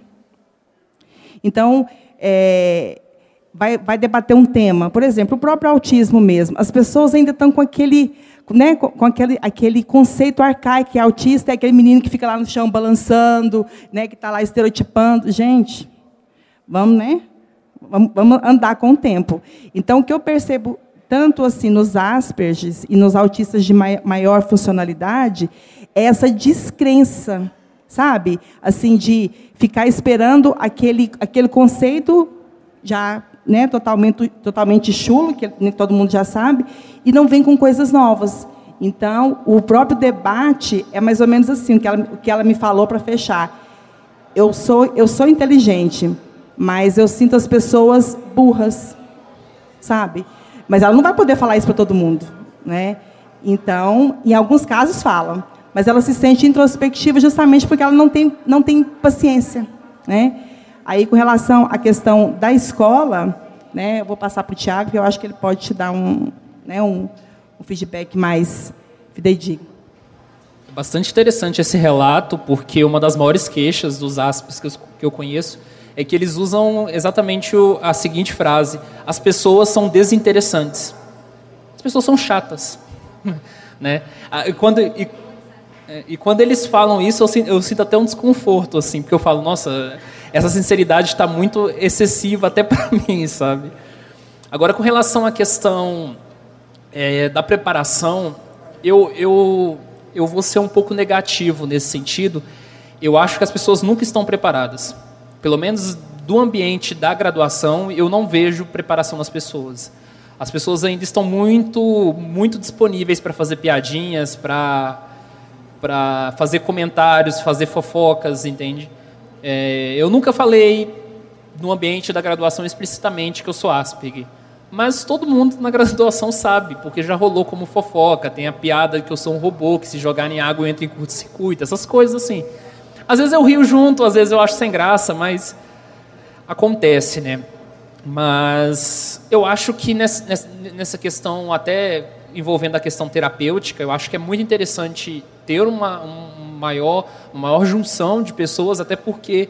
Então, é, vai, vai debater um tema, por exemplo, o próprio autismo mesmo. As pessoas ainda estão com aquele, né, com, com aquele, aquele conceito arcaico que é autista, é aquele menino que fica lá no chão balançando, né, que está lá estereotipando. Gente, vamos, né, vamos, vamos andar com o tempo. Então, o que eu percebo tanto assim nos Asperger e nos autistas de maior funcionalidade é essa descrença, sabe? Assim, de ficar esperando aquele, aquele conceito já, né, totalmente, totalmente chulo, que todo mundo já sabe, e não vem com coisas novas. Então, o próprio debate é mais ou menos assim, o que ela, o que ela me falou para fechar. Eu sou, eu sou inteligente, mas eu sinto as pessoas burras, sabe? Mas ela não vai poder falar isso para todo mundo, né? Então, em alguns casos falam, mas ela se sente introspectiva justamente porque ela não tem, não tem paciência, né? Aí, com relação à questão da escola, né, eu vou passar para o Tiago, porque eu acho que ele pode te dar um, né, um, um feedback mais fidedigno. É bastante interessante esse relato, porque uma das maiores queixas dos Asperger que eu, que eu conheço é que eles usam exatamente o, a seguinte frase: as pessoas são desinteressantes. As pessoas são chatas. Né? E, quando, e, e quando eles falam isso, eu sinto, eu sinto até um desconforto, assim, porque eu falo, nossa, essa sinceridade está muito excessiva até para mim, sabe? Agora, com relação à questão é, da preparação, eu, eu, eu vou ser um pouco negativo nesse sentido. Eu acho que as pessoas nunca estão preparadas. Pelo menos do ambiente da graduação, eu não vejo preparação nas pessoas. As pessoas ainda estão muito, muito disponíveis para fazer piadinhas, para para fazer comentários, fazer fofocas, entende? É, eu nunca falei no ambiente da graduação explicitamente que eu sou Asperger, mas todo mundo na graduação sabe, porque já rolou como fofoca, tem a piada que eu sou um robô, que se jogar em água eu entro em curto-circuito, essas coisas assim. Às vezes eu rio junto, às vezes eu acho sem graça, mas acontece, né? Mas eu acho que nessa, nessa questão, até envolvendo a questão terapêutica, eu acho que é muito interessante ter uma, um maior, uma maior junção de pessoas, até porque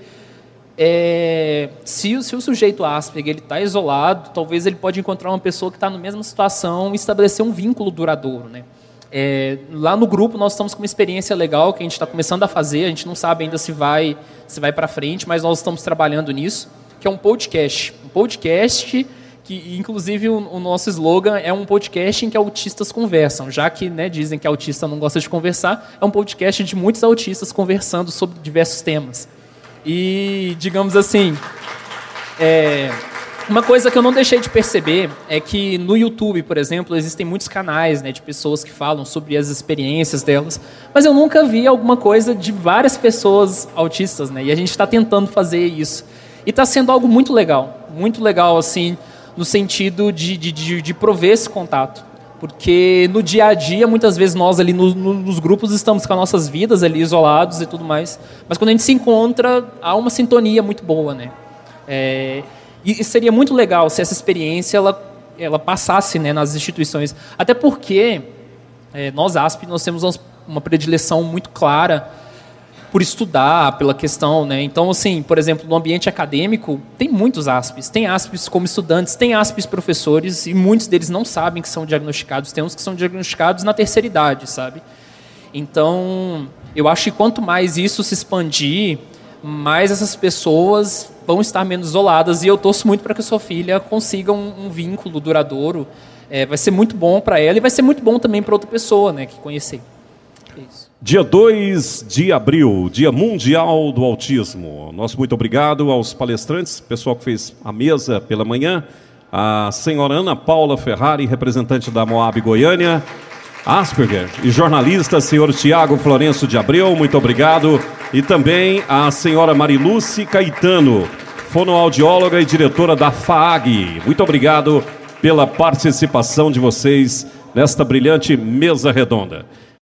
é, se, se o sujeito Asperger está isolado, talvez ele pode encontrar uma pessoa que está na mesma situação e estabelecer um vínculo duradouro, né? É, lá no grupo nós estamos com uma experiência legal que a gente está começando a fazer, a gente não sabe ainda se vai, se vai para frente, mas nós estamos trabalhando nisso, que é um podcast. Um podcast que, inclusive, o, o nosso slogan é um podcast em que autistas conversam, já que, né, dizem que autista não gosta de conversar, é um podcast de muitos autistas conversando sobre diversos temas. E, digamos assim, é, uma coisa que eu não deixei de perceber é que no YouTube, por exemplo, existem muitos canais, né, de pessoas que falam sobre as experiências delas, mas eu nunca vi alguma coisa de várias pessoas autistas, né, e a gente está tentando fazer isso. E está sendo algo muito legal, muito legal, assim, no sentido de, de, de, de prover esse contato. Porque no dia a dia, muitas vezes nós ali no, no, nos grupos estamos com as nossas vidas ali isolados e tudo mais, mas quando a gente se encontra, há uma sintonia muito boa, né? É, e seria muito legal se essa experiência ela, ela passasse, né, nas instituições. Até porque é, nós, A S P, nós temos uma predileção muito clara por estudar, pela questão, né? Então, assim, por exemplo, no ambiente acadêmico, tem muitos A S Ps. Tem A S Ps como estudantes, tem A S Ps professores, e muitos deles não sabem que são diagnosticados. Tem uns que são diagnosticados na terceira idade, sabe? Então, eu acho que quanto mais isso se expandir, mais essas pessoas vão estar menos isoladas, e eu torço muito para que a sua filha consiga um, um vínculo duradouro. É, vai ser muito bom para ela e vai ser muito bom também para outra pessoa, né, que conhecer. É isso. Dia dois de abril, Dia Mundial do Autismo. Nosso muito obrigado aos palestrantes, pessoal que fez a mesa pela manhã, a senhora Ana Paula Ferrari, representante da Moab Goiânia, Asperger, e jornalista, senhor Tiago Florencio de Abreu, muito obrigado. E também a senhora Mariluce Caetano, fonoaudióloga e diretora da FAAG. Muito obrigado pela participação de vocês nesta brilhante mesa redonda.